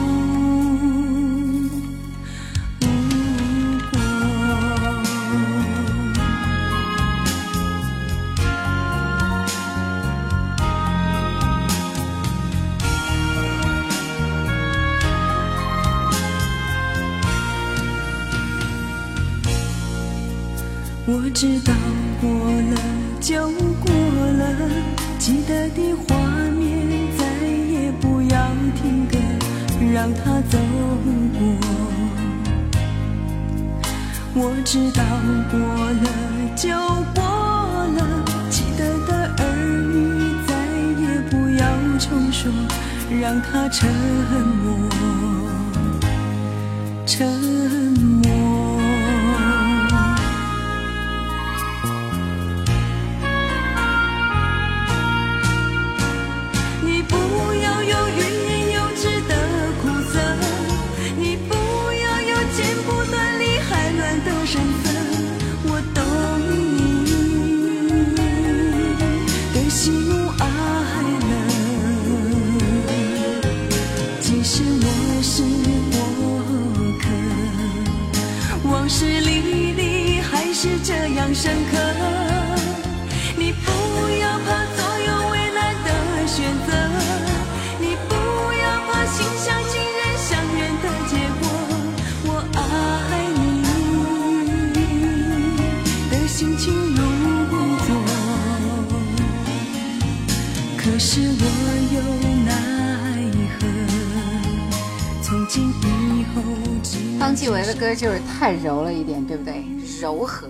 S4: 我知道过了就过了，记得的画面再也不要停格，让它走过。我知道过了就过了，记得的儿女再也不要重说，让它沉默，沉默。喜怒哀乐，即使我是过客，往事历历还是这样深刻。你不要怕总有为难的选择，你不要怕心相近人相远的结果。我爱你的心情如可是我又奈何，从今以后
S2: 方季韦的歌就是太柔了一点，对不对？柔和。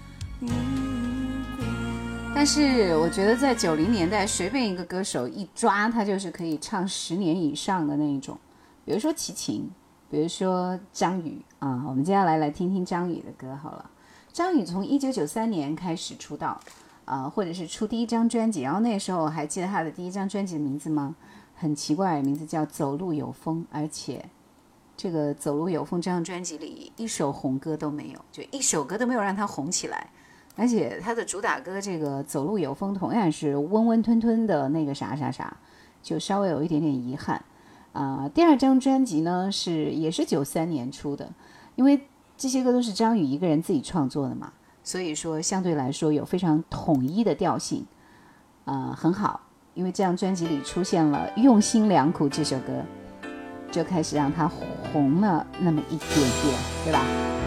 S2: 但是我觉得在九零年代，随便一个歌手一抓，他就是可以唱十年以上的那一种。比如说齐秦，比如说张宇啊，我们接下来来听听张宇的歌好了。张宇从一九九三年开始出道。呃，或者是出第一张专辑，然后那时候还记得他的第一张专辑的名字吗？很奇怪，名字叫《走路有风》，而且这个《走路有风》这张专辑里一首红歌都没有，就一首歌都没有让他红起来。而且他的主打歌这个《走路有风》同样是温温吞吞的那个啥啥啥，就稍微有一点点遗憾。啊、呃，第二张专辑呢是也是九三年出的，因为这些歌都是张宇一个人自己创作的嘛。所以说相对来说有非常统一的调性，呃，很好，因为这张专辑里出现了用心良苦这首歌，就开始让它红了那么一点点，对吧？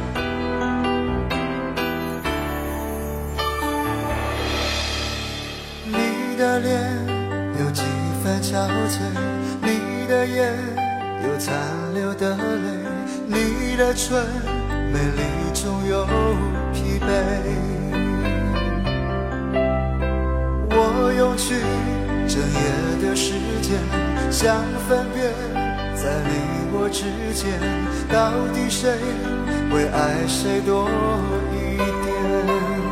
S6: 你的脸有几分憔悴，你的眼有残留的泪，你的唇美丽中有疲惫，我用去整夜的时间想分辨，在你我之间到底谁会爱谁多一点。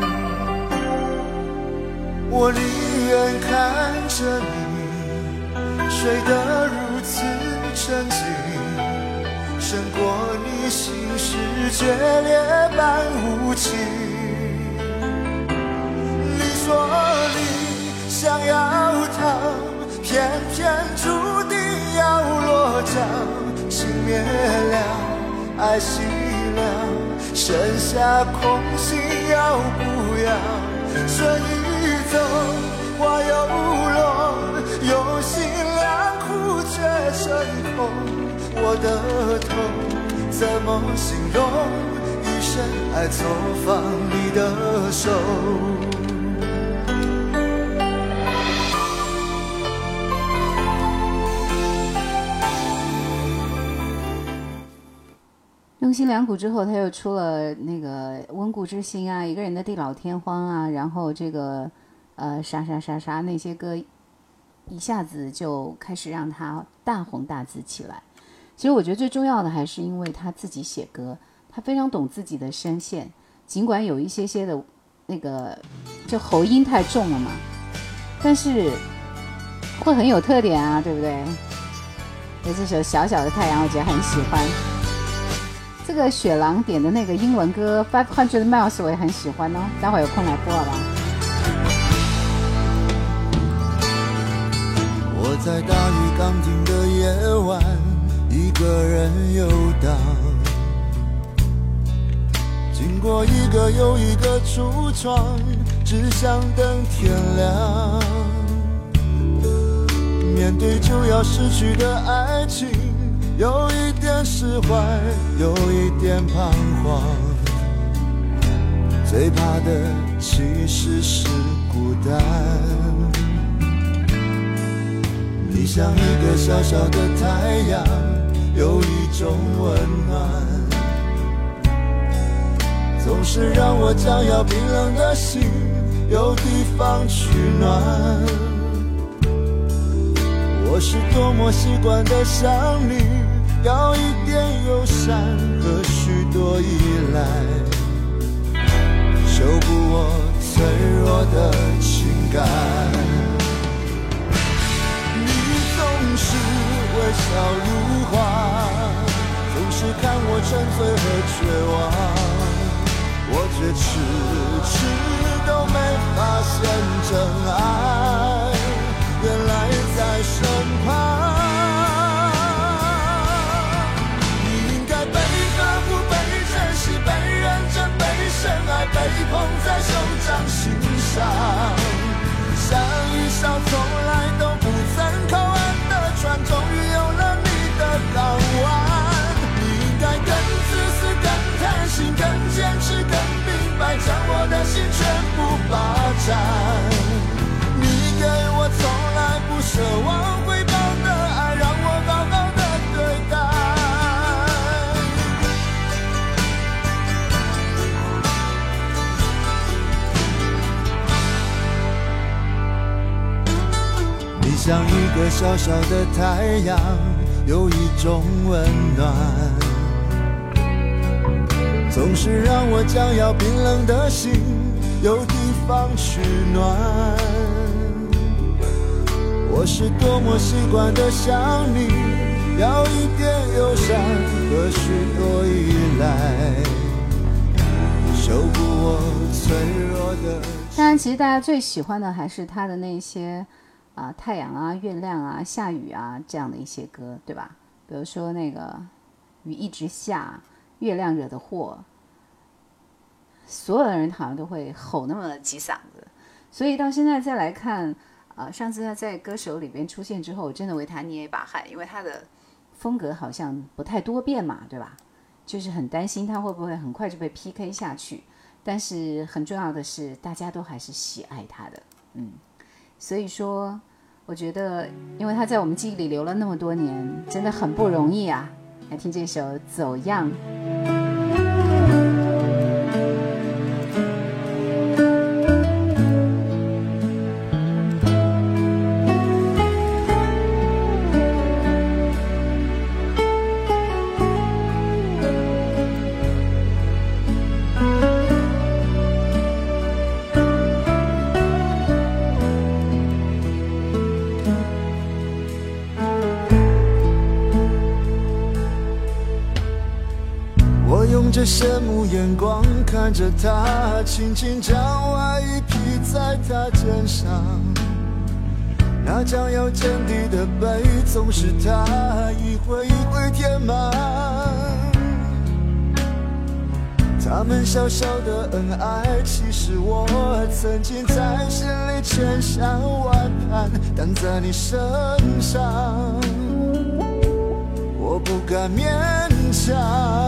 S6: 我宁愿看着你睡得如此沉静，胜过你心事决裂般无情。你说你想要逃，偏偏注定要落脚，情灭了，爱熄了，剩下空心要不要？春已走，花又落，用心良苦却成空，我的痛怎么形容？一生爱错放你的手。
S2: 用心良苦之后，他又出了那个温故知新啊，一个人的地老天荒啊，然后这个呃啥啥啥啥那些歌， 一下子就开始让他大红大紫起来。其实我觉得最重要的还是因为他自己写歌，他非常懂自己的声线，尽管有一些些的那个就喉音太重了嘛，但是会很有特点啊，对不对？所以这首小小的太阳我觉得很喜欢。这个雪狼点的那个英文歌 Five Hundred Miles 我也很喜欢哦，待会有空来播好吧。
S6: 我在大雨刚停的夜晚，一个人游荡，经过一个又一个橱窗，只想等天亮。面对就要失去的爱情，有一点释怀，有一点彷徨。最怕的其实是孤单。你像一个小小的太阳，有一种温暖，总是让我将要冰冷的心有地方取暖。我是多么习惯的想你，要一点友善和许多依赖，修补我脆弱的情感。你总是微笑如花，总是看我沉醉和绝望，我却迟迟都没发现真爱原来在身旁。你应该被呵护、被珍惜、被认真、被深爱，被捧在手掌心上，像一艘从来都不曾靠岸的船，终于有了你的港湾。你应该更自私、更贪心、更坚持、更明白，将我的心全部霸占。你给我从来不奢望回报的爱，让我好好的对待。你像一个小小的太阳，有一种温暖，总是让我将要冰冷的心有地方取暖。我是多么习惯的想你，要一点友善和许多依赖，修补我脆弱的。
S2: 当然其实大家最喜欢的还是他的那些啊、呃、太阳啊、月亮啊、下雨啊这样的一些歌，对吧？比如说那个雨一直下，月亮惹的祸，所有的人好像都会吼那么几嗓子。所以到现在再来看呃，上次他在歌手里边出现之后，我真的为他捏一把汗，因为他的风格好像不太多变嘛，对吧？就是很担心他会不会很快就被 P K 下去。但是很重要的是，大家都还是喜爱他的，嗯，所以说，我觉得，因为他在我们记忆里留了那么多年，真的很不容易啊。来听这首《走样》。
S6: 着羡慕眼光看着他，轻轻将外衣披在他肩上，那将要见底的背总是他一回一回填满。他们小小的恩爱，其实我曾经在心里千想万盼，但在你身上我不敢勉强。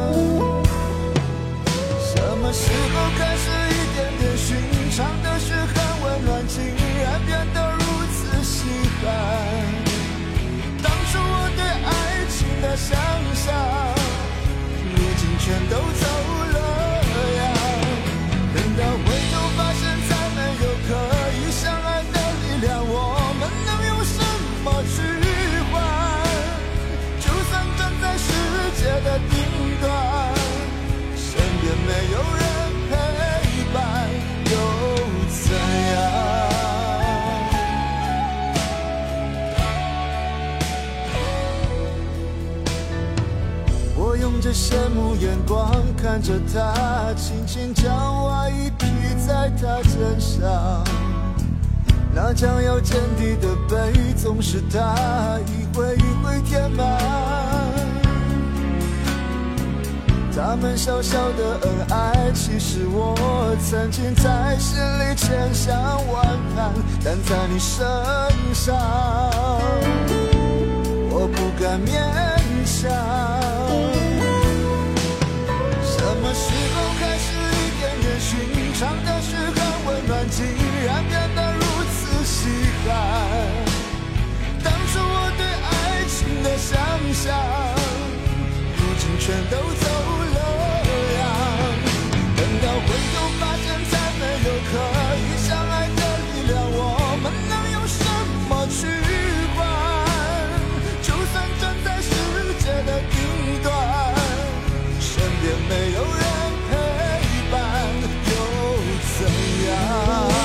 S6: 什么时候开始一点点寻常的嘘寒问暖，竟然变得如此稀罕？当初我对爱情的想象，如今全都走了样。等到回头发现再没有可以相爱的力量，我们能有羡慕眼光看着他，轻轻将外衣披在他身上。那将要见底的背，总是他一回一回填满。他们小小的恩爱，其实我曾经在心里千想万盼，但在你身上，我不敢勉强。什么时候开始一点点寻常的事很温暖，竟然变得如此稀罕？当初我对爱情的想象，如今全都走了样。等到回头发现再没有可以相爱的力量，我们能用什么去换？就算站在世界的顶端，身边没有人陪伴，又怎样？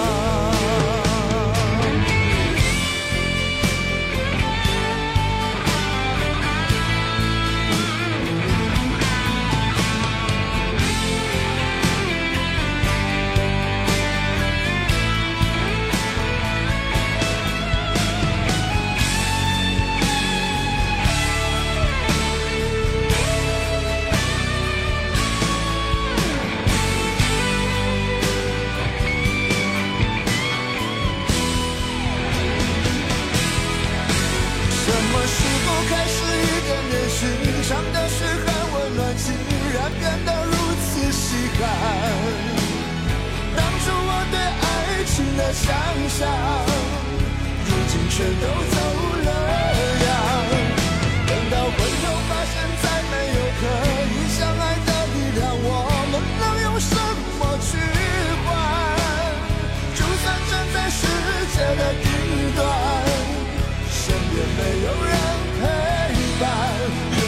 S6: 寻常的事很温暖，竟然变得如此稀罕。当初我对爱情的想象，如今全都走了样。等到回头发现再没有可以相爱的力量，我们能用什么去换？就算站在世界的顶端，身边没有人陪伴，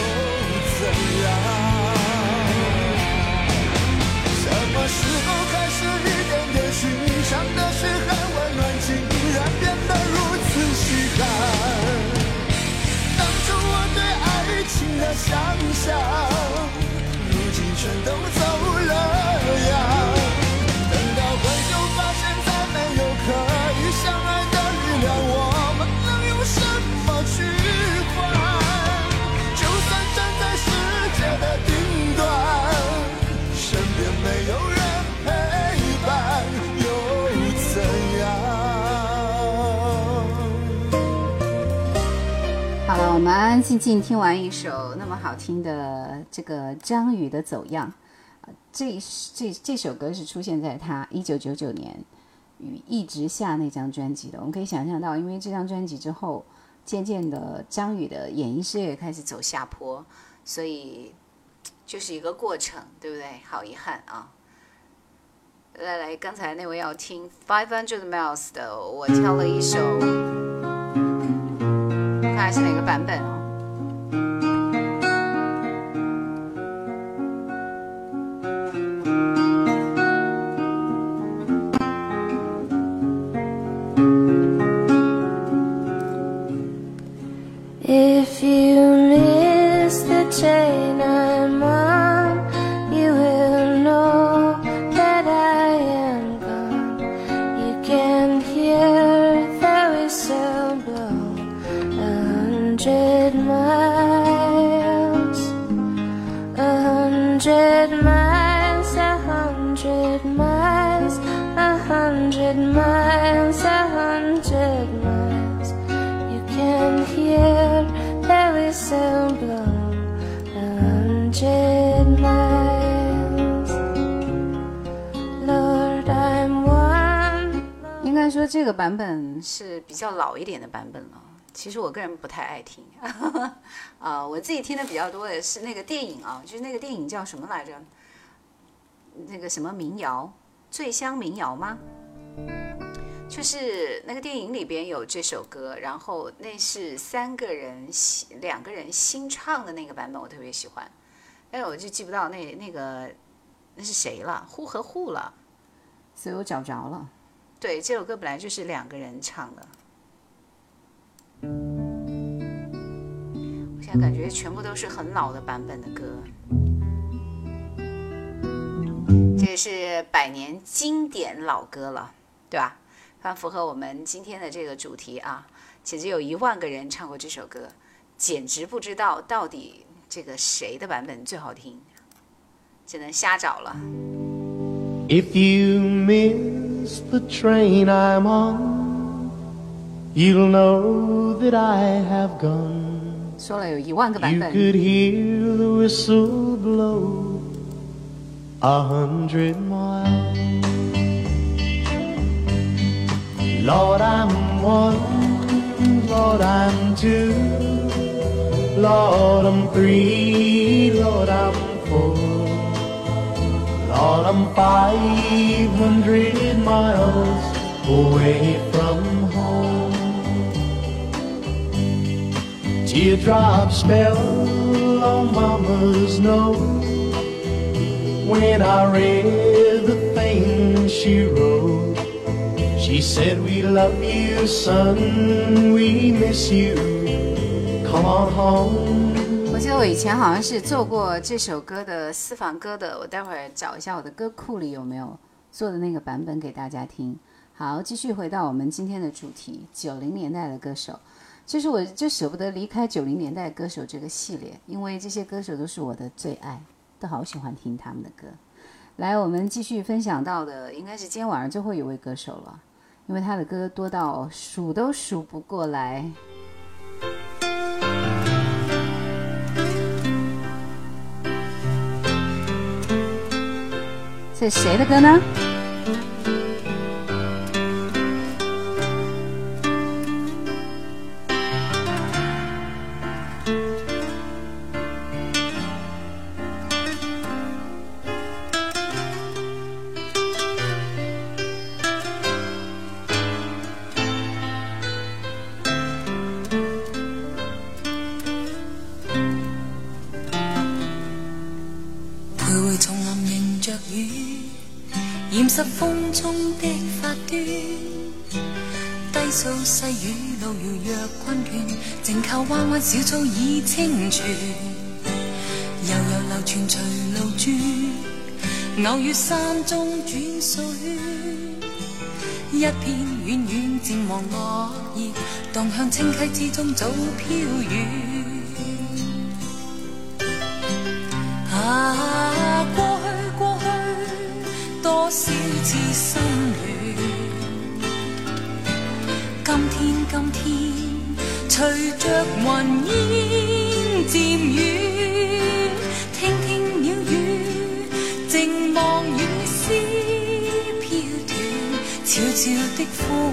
S6: 什么时候开始一点点寻常的事很温暖，竟然变得如此稀罕？当初我对爱情的想象，如今全都走了样。等到回头发现再没有可以相爱的力量，我们能用什么去换？就算站在世界的顶端，身边没有人陪伴，又怎样？
S2: 好了，我们安安静静听完一首那么好听的这个张宇的《走样》。这这这首歌是出现在他一九九九年与一直下那张专辑的。我们可以想象到，因为这张专辑之后，渐渐的张宇的演艺事业开始走下坡，所以就是一个过程，对不对？好遗憾啊！来来，刚才那位要听 Five Hundred Miles 的，我挑了一首，看是哪个版本哦。
S7: If you miss the train I'm on, you will know that I am gone. You can hear the whistle blow a hundred miles, a hundred miles, a hundred miles, a hundred miles, a hundred miles. You can hear the whistle blow a hundred miles. Lord, I'm one.
S2: 应该说这个版本是比较老一点的版本了。其实我个人不太爱听，啊、呃，我自己听的比较多的是那个电影啊，就是那个电影叫什么来着？那个什么民谣，醉乡民谣吗？就是那个电影里边有这首歌，然后那是三个人两个人新唱的那个版本，我特别喜欢，但是我就记不到那那个那是谁了，呼和呼了，所以我找着了。对，这首歌本来就是两个人唱的。我想那感觉全部都是很老的版本的歌。这是百年经典老歌了，对吧？非常符合我们今天的这个主题啊！简直有一万个人唱过这首歌，简直不知道到底这个谁的版本最好听，只能瞎找了。
S5: If you miss the train I'm on, you'll know that I have gone.
S2: 说了有一万个版本。
S5: You could hear the whistle blow a hundred miles. Lord, I'm one, Lord, I'm two, Lord, I'm three, Lord, I'm four, Lord, I'm five hundred miles away from home. Teardrops fell on Mama's nose when I read the things she wrote. She said, we love you, son, we miss you, come on home.
S2: 我记得我以前好像是做过这首歌的私房歌的，我待会儿找一下我的歌库里有没有做的那个版本给大家听。好，继续回到我们今天的主题，九零年代的歌手。就是我就舍不得离开九零年代歌手这个系列，因为这些歌手都是我的最爱，都好喜欢听他们的歌。来，我们继续分享到的应该是今天晚上最后一位歌手了，因为他的歌多到数都数不过来。这是谁的歌呢？
S1: 染湿風中的發端，低訴細雨路遙若困倦，靜靠彎彎小草已清泉，悠悠流傳隨路轉，偶遇山中轉水，一片遠遠漸黃落葉，蕩向清溪之中早飄遠。啊，過去過去多少次心亂，今天今天隨着雲煙漸遠，聽聽鳥語，靜望雨絲飄斷，悄悄的風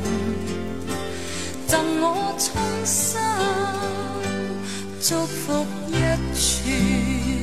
S1: 贈我衷心祝福一串。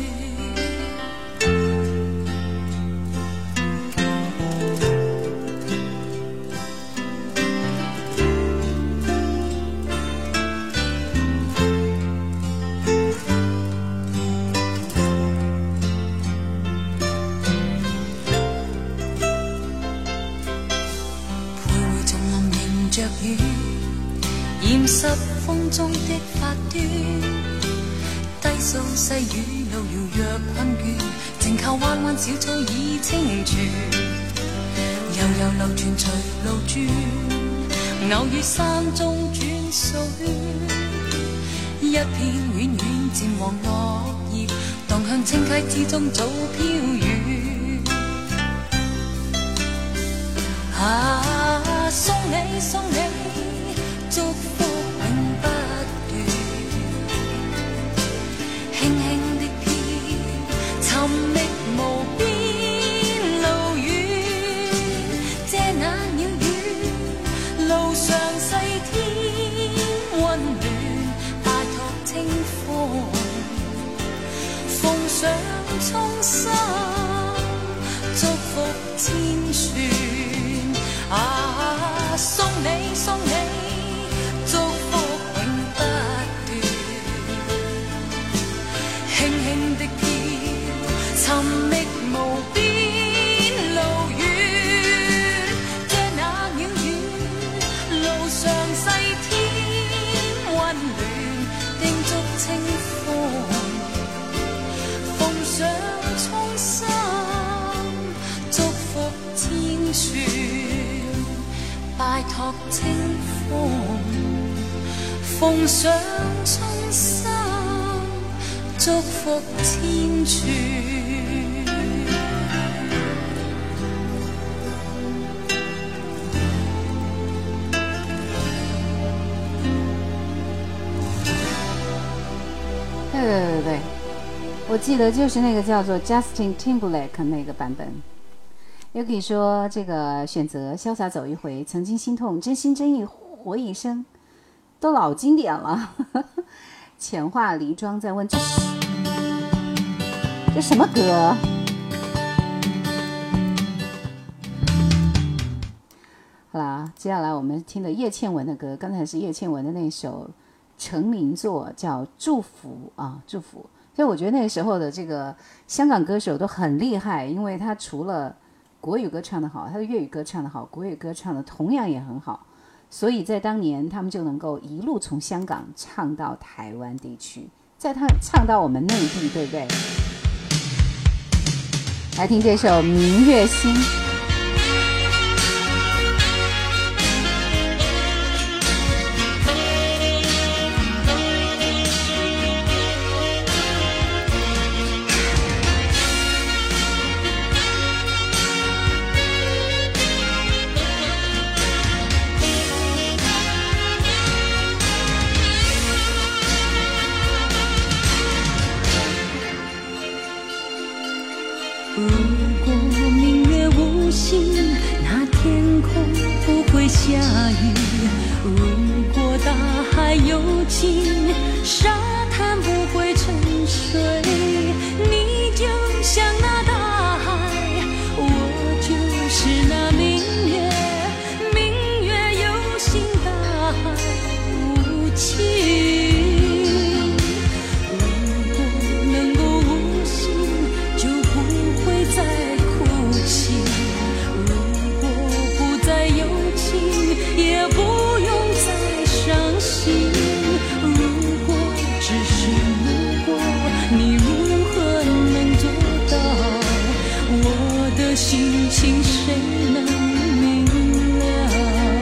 S1: 染濕風中的發端，低訴細雨路遙若困倦，靜靠彎彎小草已清泉，悠悠流傳隨路轉，偶遇山中轉水，一片遠遠漸黃落葉，蕩向清溪之中早飄遠。啊，送你送你祝福永不斷，輕輕的飄，尋覓無邊路遠，遮那鳥語，路上細天溫暖，拜託清風，奉上衷心祝福千串。啊，送你送你祝福永不斷，輕輕的飄，尋覓無邊路遠，遮那鳥語，路上細天溫暖，定祝清風，奉上衷心，祝福天傳，拜託清風，奉上衷心，祝福天傳。
S2: 对对对对，我记得就是那个叫做 Justin Timberlake 那个版本。也可以说这个选择潇洒走一回，曾经心痛，真心真意活一生，都老经典了。浅话离庄在问这这什么歌？好啦，接下来我们听的叶倩文的歌，刚才是叶倩文的那首成名作叫《祝福》啊，《祝福》。所以我觉得那个时候的这个香港歌手都很厉害，因为他除了国语歌唱得好，他的粤语歌唱得好，国语歌唱得同样也很好，所以在当年他们就能够一路从香港唱到台湾地区，再他唱到我们内地，对不对？来听这首《明月心》。
S1: 如果明月无心，那天空不会下雨。如果大海有情，沙滩不会沉睡。你就像那大海，我就是那明月。明月有心，大海无情。心情谁能明了？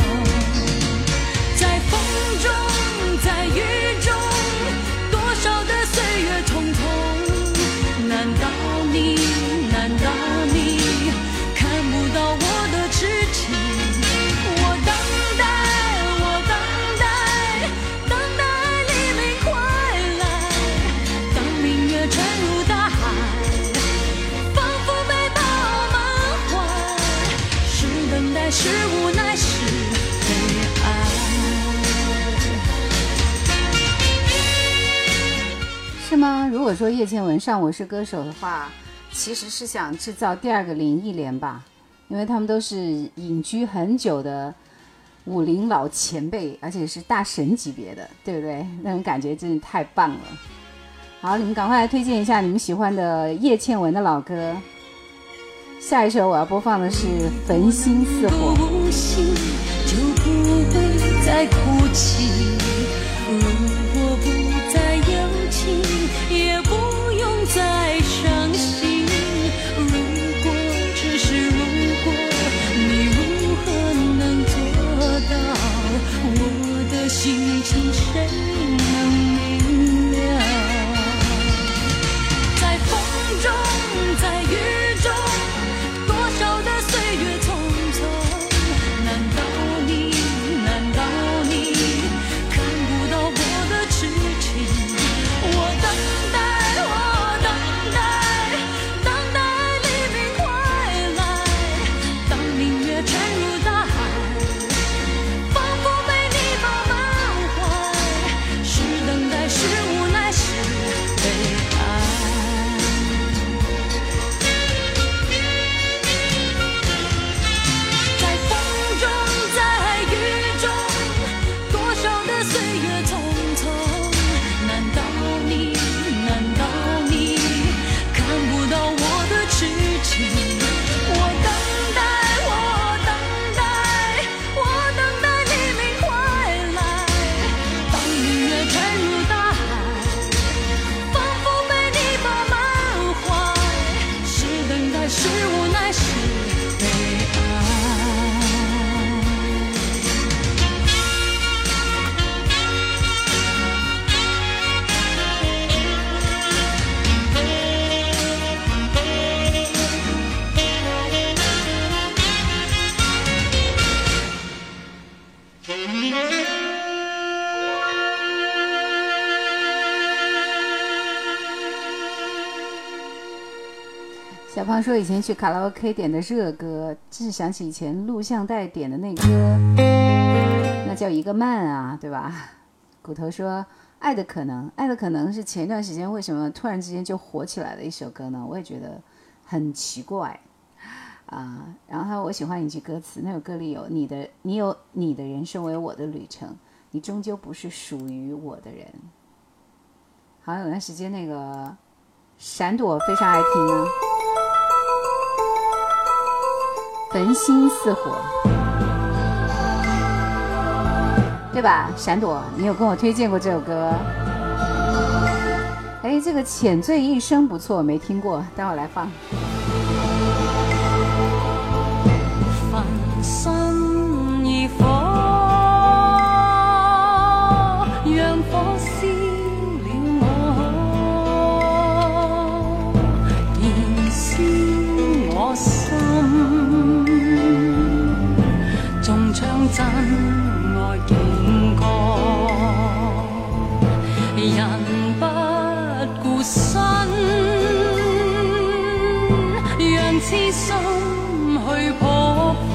S1: 在风中，在雨中，多少的岁月匆匆。难道你，难道你看不到我的痴情？我等待，我等待，等待黎明快来。当明月沉入大海，是无奈，是悲哀。
S2: 是吗？如果说叶倩文上《我是歌手》的话，其实是想制造第二个林忆莲吧，因为他们都是隐居很久的武林老前辈，而且是大神级别的，对不对？那种感觉真是太棒了。好，你们赶快来推荐一下你们喜欢的叶倩文的老歌。下一首我要播放的是《焚心似火》。
S1: 无心就不会再哭泣，如果不再有情，也不用再伤心。如果只是如果，你如何能做到？我的心情谁能明了？在风中，在雨中，岁月匆匆，难道你，难道你
S2: 小胖说以前去卡拉 OK 点的热歌，这是想起以前录像带点的那歌，那叫一个慢啊，对吧？骨头说爱的可能，爱的可能是前一段时间为什么突然之间就火起来的一首歌呢？我也觉得很奇怪啊。然后他我喜欢一句歌词，那首歌里有你的，你有你的人生为我的旅程，你终究不是属于我的人。好像有段时间那个闪朵非常爱听啊，焚心似火，对吧？闪朵，你有跟我推荐过这首歌？哎，这个浅醉一生不错，没听过，待会儿来放。
S1: 焚心如火，讓火燒了我，燃燒我心，縱將真愛敬過，人不顧身，讓痴心去撲火，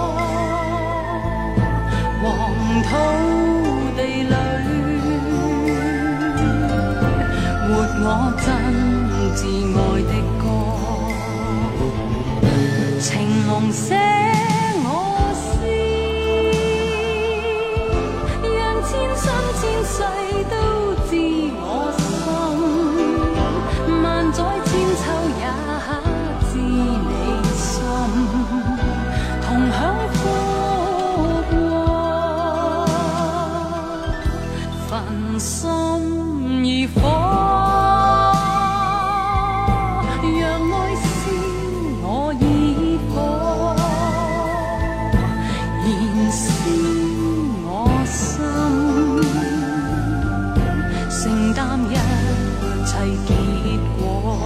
S1: 黃土地裏活我真摯愛的歌，情濃寫我詩，讓千生千世都知我心，萬載千秋也知你心，同享福禍，焚心如火，讓愛燒我熱火，燃燒我心，承擔一切結果。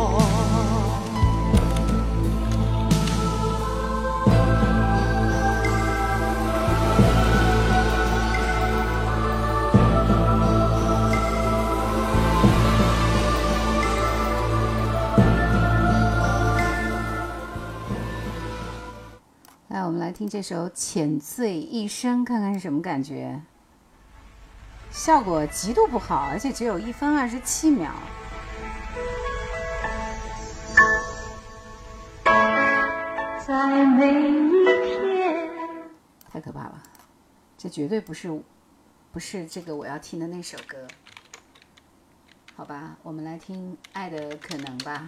S2: 来，我们来听这首《浅醉一生》，看看是什么感觉。效果极度不好，而且只有一分二十七秒。
S1: 在每一天，
S2: 太可怕了，这绝对不是不是这个我要听的那首歌。好吧，我们来听《爱的可能》吧。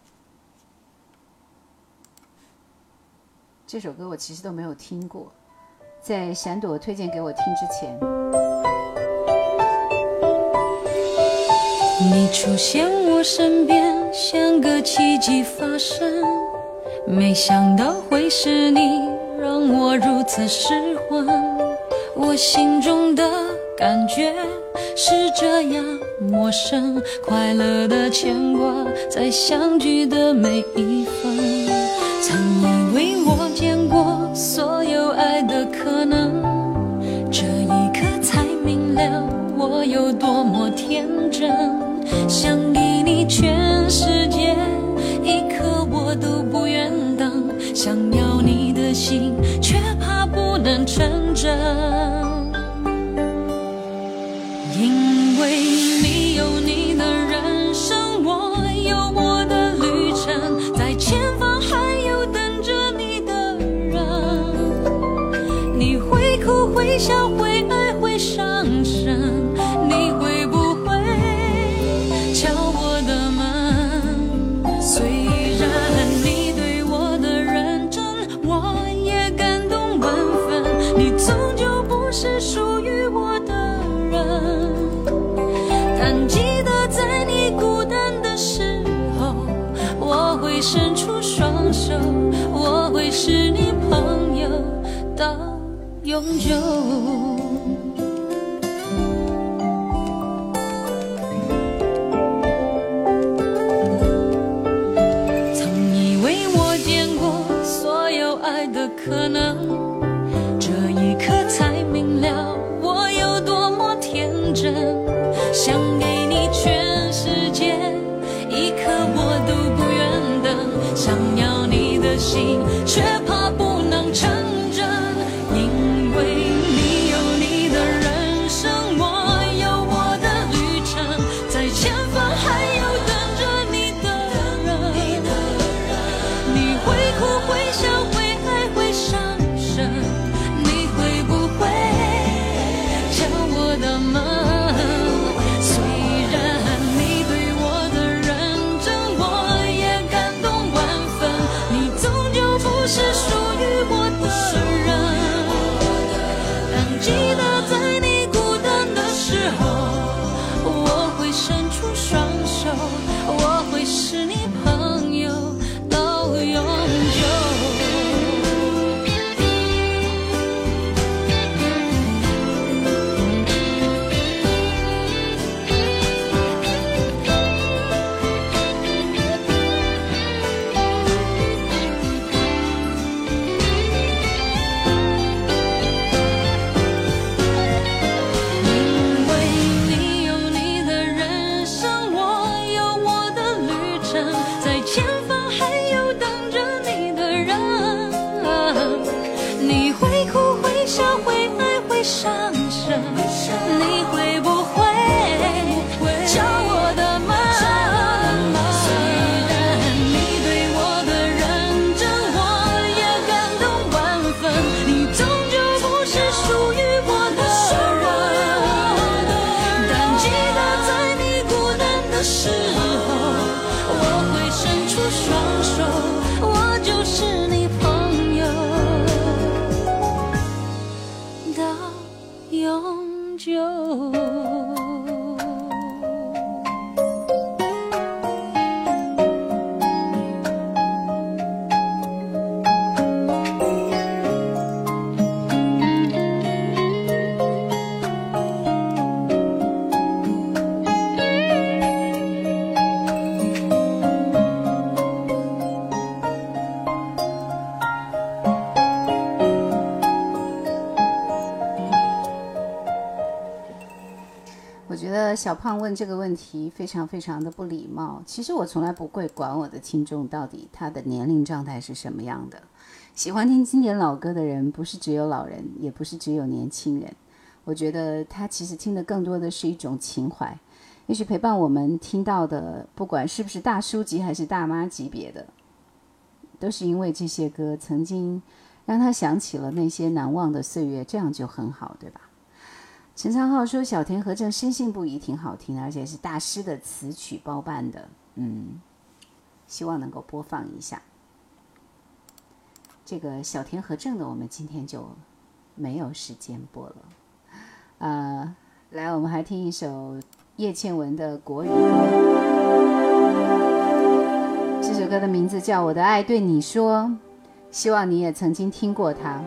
S2: 这首歌我其实都没有听过，在闪朵推荐给我听之前。
S1: 你出现我身边，像个奇迹发生，没想到会是你，让我如此失魂。我心中的感觉是这样陌生，快乐的牵挂，在相聚的每一分。曾以为我见过所有爱的可能，这一刻才明了我有多么天真，想给你全世界，一刻我都不愿等，想要你的心，却怕不能成真。因为你有你的人生，我有我的旅程，在前方还有等着你的人。你会哭会笑会爱会伤神，你会不会敲我的门？虽然你对我的认真，我也感动万分，你终究不是属于我的人。但记得在你孤单的时候，我会伸出双手，我会是你朋友到永久。曾以为我见过所有爱的可能，这一刻才明了我有多么天真，想给你全世界，一刻我都不愿等， 想要你的心，却怕不能成真。因为你有你的人生，我有我的旅程，在前方还有等着你的人。你会哭会笑会爱会伤神，你会不会敲我的门？虽然你对我的认真我也感动万分，你终究不是属于我的人。但记得在你孤单的时候，我会伸出双手，我会是你朋友到永久。因为你有你的人生，我有我的旅程，在前方还有等着你的人。你会哭会笑会爱会伤神，你会不会敲我的门？虽然你对我的认真我也感动万分，你终究不是属于我的人。但记得在你孤单的时候，我会伸出双手，我就是你朋友到永久。
S2: 我觉得小胖问这个问题非常非常的不礼貌。其实我从来不会管我的听众到底他的年龄状态是什么样的。喜欢听经典老歌的人不是只有老人，也不是只有年轻人。我觉得他其实听的更多的是一种情怀。也许陪伴我们听到的，不管是不是大叔级还是大妈级别的，都是因为这些歌曾经让他想起了那些难忘的岁月，这样就很好，对吧？陈昌浩说小田和正深信不疑挺好听的，而且是大师的词曲包办的，嗯，希望能够播放一下。这个小田和正的我们今天就没有时间播了。呃，来，我们还听一首叶倩文的国语歌，这首歌的名字叫《我的爱对你说》，希望你也曾经听过它。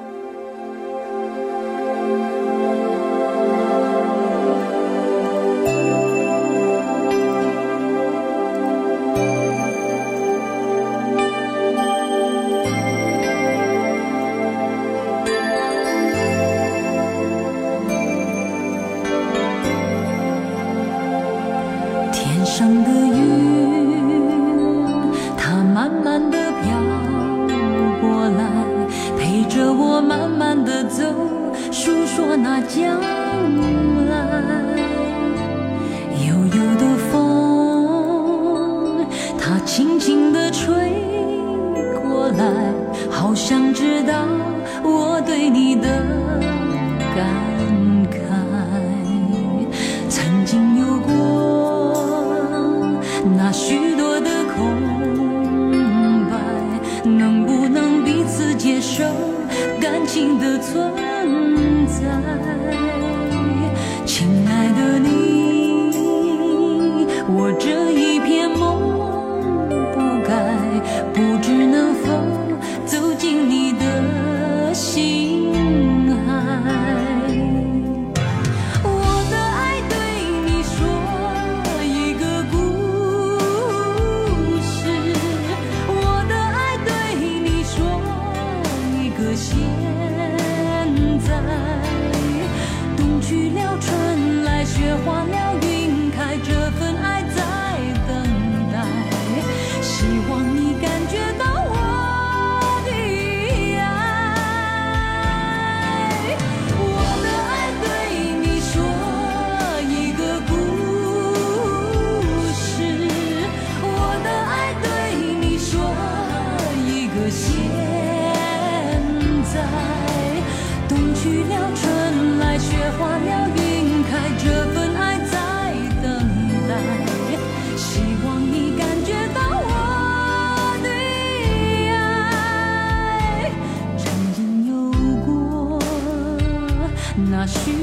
S1: 上的云，它慢慢地飘过来，陪着我慢慢地走，诉说那将来。悠悠的风，它轻轻地吹过来，好想知道我对你的感慨。曾经有过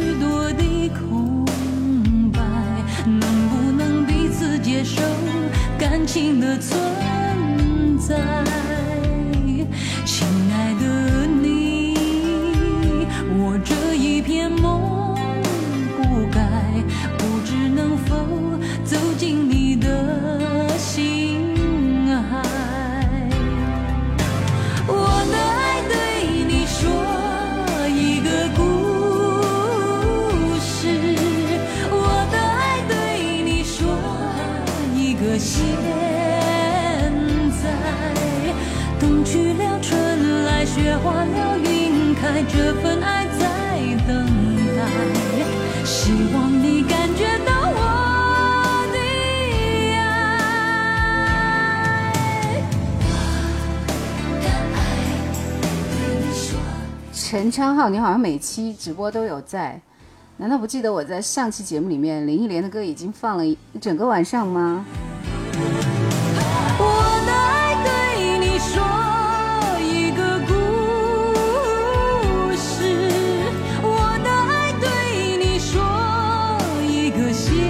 S4: 多的空白，能不能彼此接受感情的存在？亲爱的你，我这一片梦不该，不知能否走进你的心海。我的爱对你说一个故事，我的爱对你说一个现在。冬去了，春来，雪化了，云开，这份爱在等待。希望你感觉到我的爱。我的爱对你说。
S2: 陈昌浩，你好像每期直播都有在，难道不记得我在上期节目里面林忆莲的歌已经放了一整个晚上吗？
S4: 我的爱对你说一个故事，我的爱对你说一个现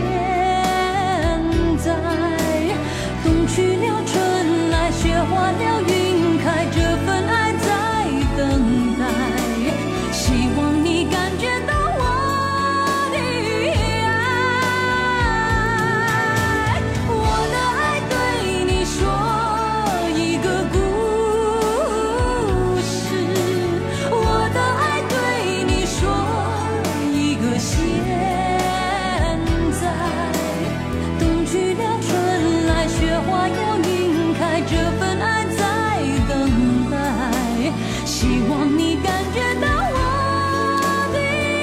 S4: 在。冬去了，春来，雪化了，云开，这份爱在等待。希望你感觉到我的爱。我的爱对你说一个故事，我的爱对你说一个现在。冬去了，春来，雪化了，云开，这份爱在等待。希望你感觉到我的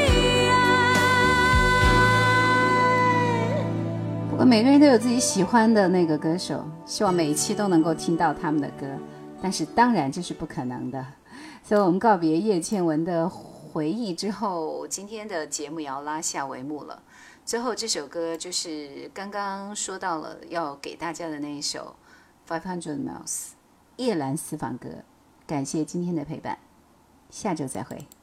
S4: 爱。
S2: 不过每个人都有自己喜欢的那个歌手，希望每一期都能够听到他们的歌，但是当然这是不可能的。所以我们告别叶倩文的回忆之后，今天的节目也要拉下帷幕了。最后这首歌就是刚刚说到了要给大家的那一首 Five Hundred Miles 叶兰私房歌。感谢今天的陪伴，下周再会。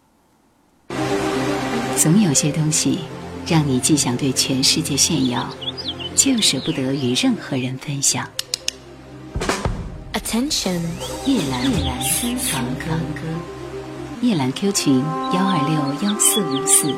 S8: 总有些东西让你既想对全世界炫耀，就舍不得与任何人分享。
S3: Attention，
S8: 叶兰私房歌，叶兰 Q 群幺二六幺四五四。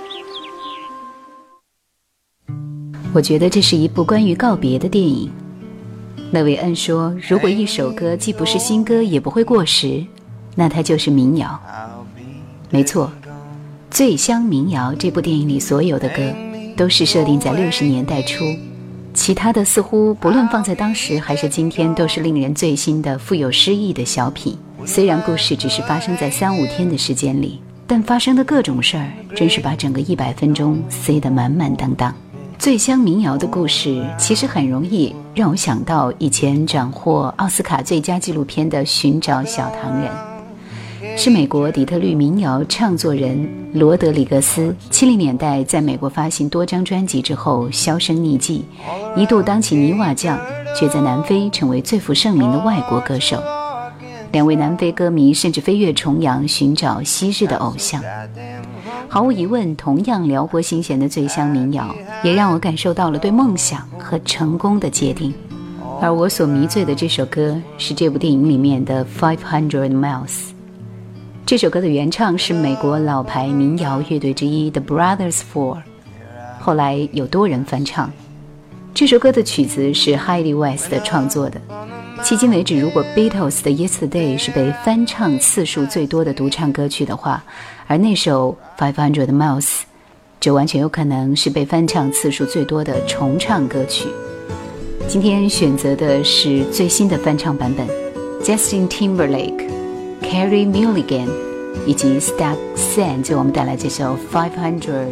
S8: 我觉得这是一部关于告别的电影。勒维恩说，如果一首歌既不是新歌也不会过时，那它就是民谣。没错，醉乡民谣这部电影里所有的歌都是设定在六十年代初，其他的似乎不论放在当时还是今天都是令人醉心的富有诗意的小品。虽然故事只是发生在三五天的时间里，但发生的各种事儿真是把整个一百分钟塞得满满当当。醉乡民谣的故事其实很容易让我想到以前斩获奥斯卡最佳纪录片的《寻找小糖人》，是美国底特律民谣唱作人罗德里格斯七零年代在美国发行多张专辑之后销声匿迹，一度当起泥瓦匠，却在南非成为最负盛名的外国歌手。两位南非歌迷甚至飞越重洋寻找昔日的偶像。毫无疑问，同样撩拨心弦的醉乡民谣也让我感受到了对梦想和成功的界定。而我所迷醉的这首歌是这部电影里面的 Five Hundred Miles。 这首歌的原唱是美国老牌民谣乐队之一 The Brothers Four， 后来有多人翻唱。这首歌的曲子是 Heidi West 创作的。迄今为止，如果 Beatles 的 Yesterday 是被翻唱次数最多的独唱歌曲的话，而那首 Five Hundred Miles 就完全有可能是被翻唱次数最多的重唱歌曲。今天选择的是最新的翻唱版本， Justin Timberlake、Carey Mulligan 以及 Stack Sand 为我们带来这首 Five Hundred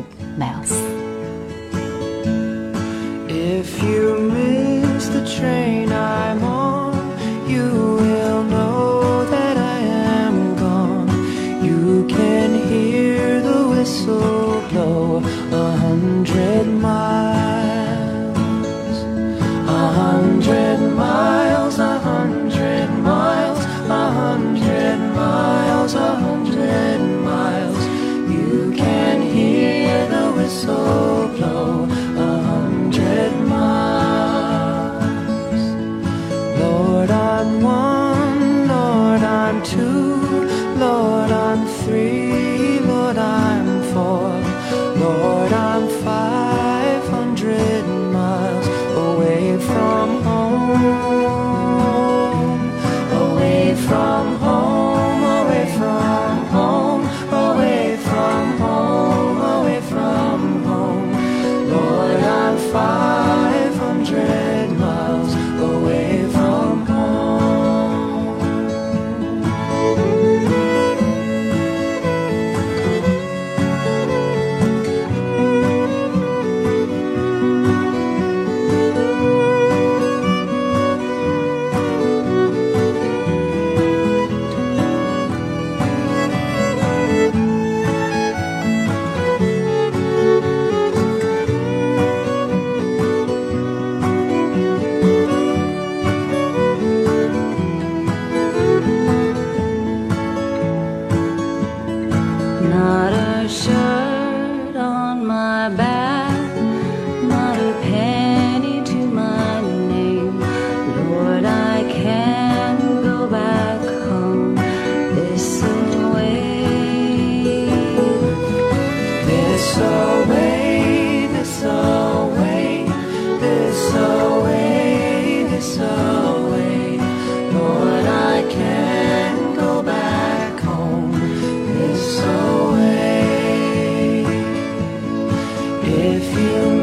S8: Miles。If
S5: you miss the train I'm on, you will know that I am gone. You can hear the whistle blow a hundred miles, a hundred miles, a hundred miles, a hundred miles, a hundred miles. You can hear
S4: my back, not a penny to my name. Lord, I can't go back home this away, this away, this away, this away, this away. Lord, I can't go back home this away. If you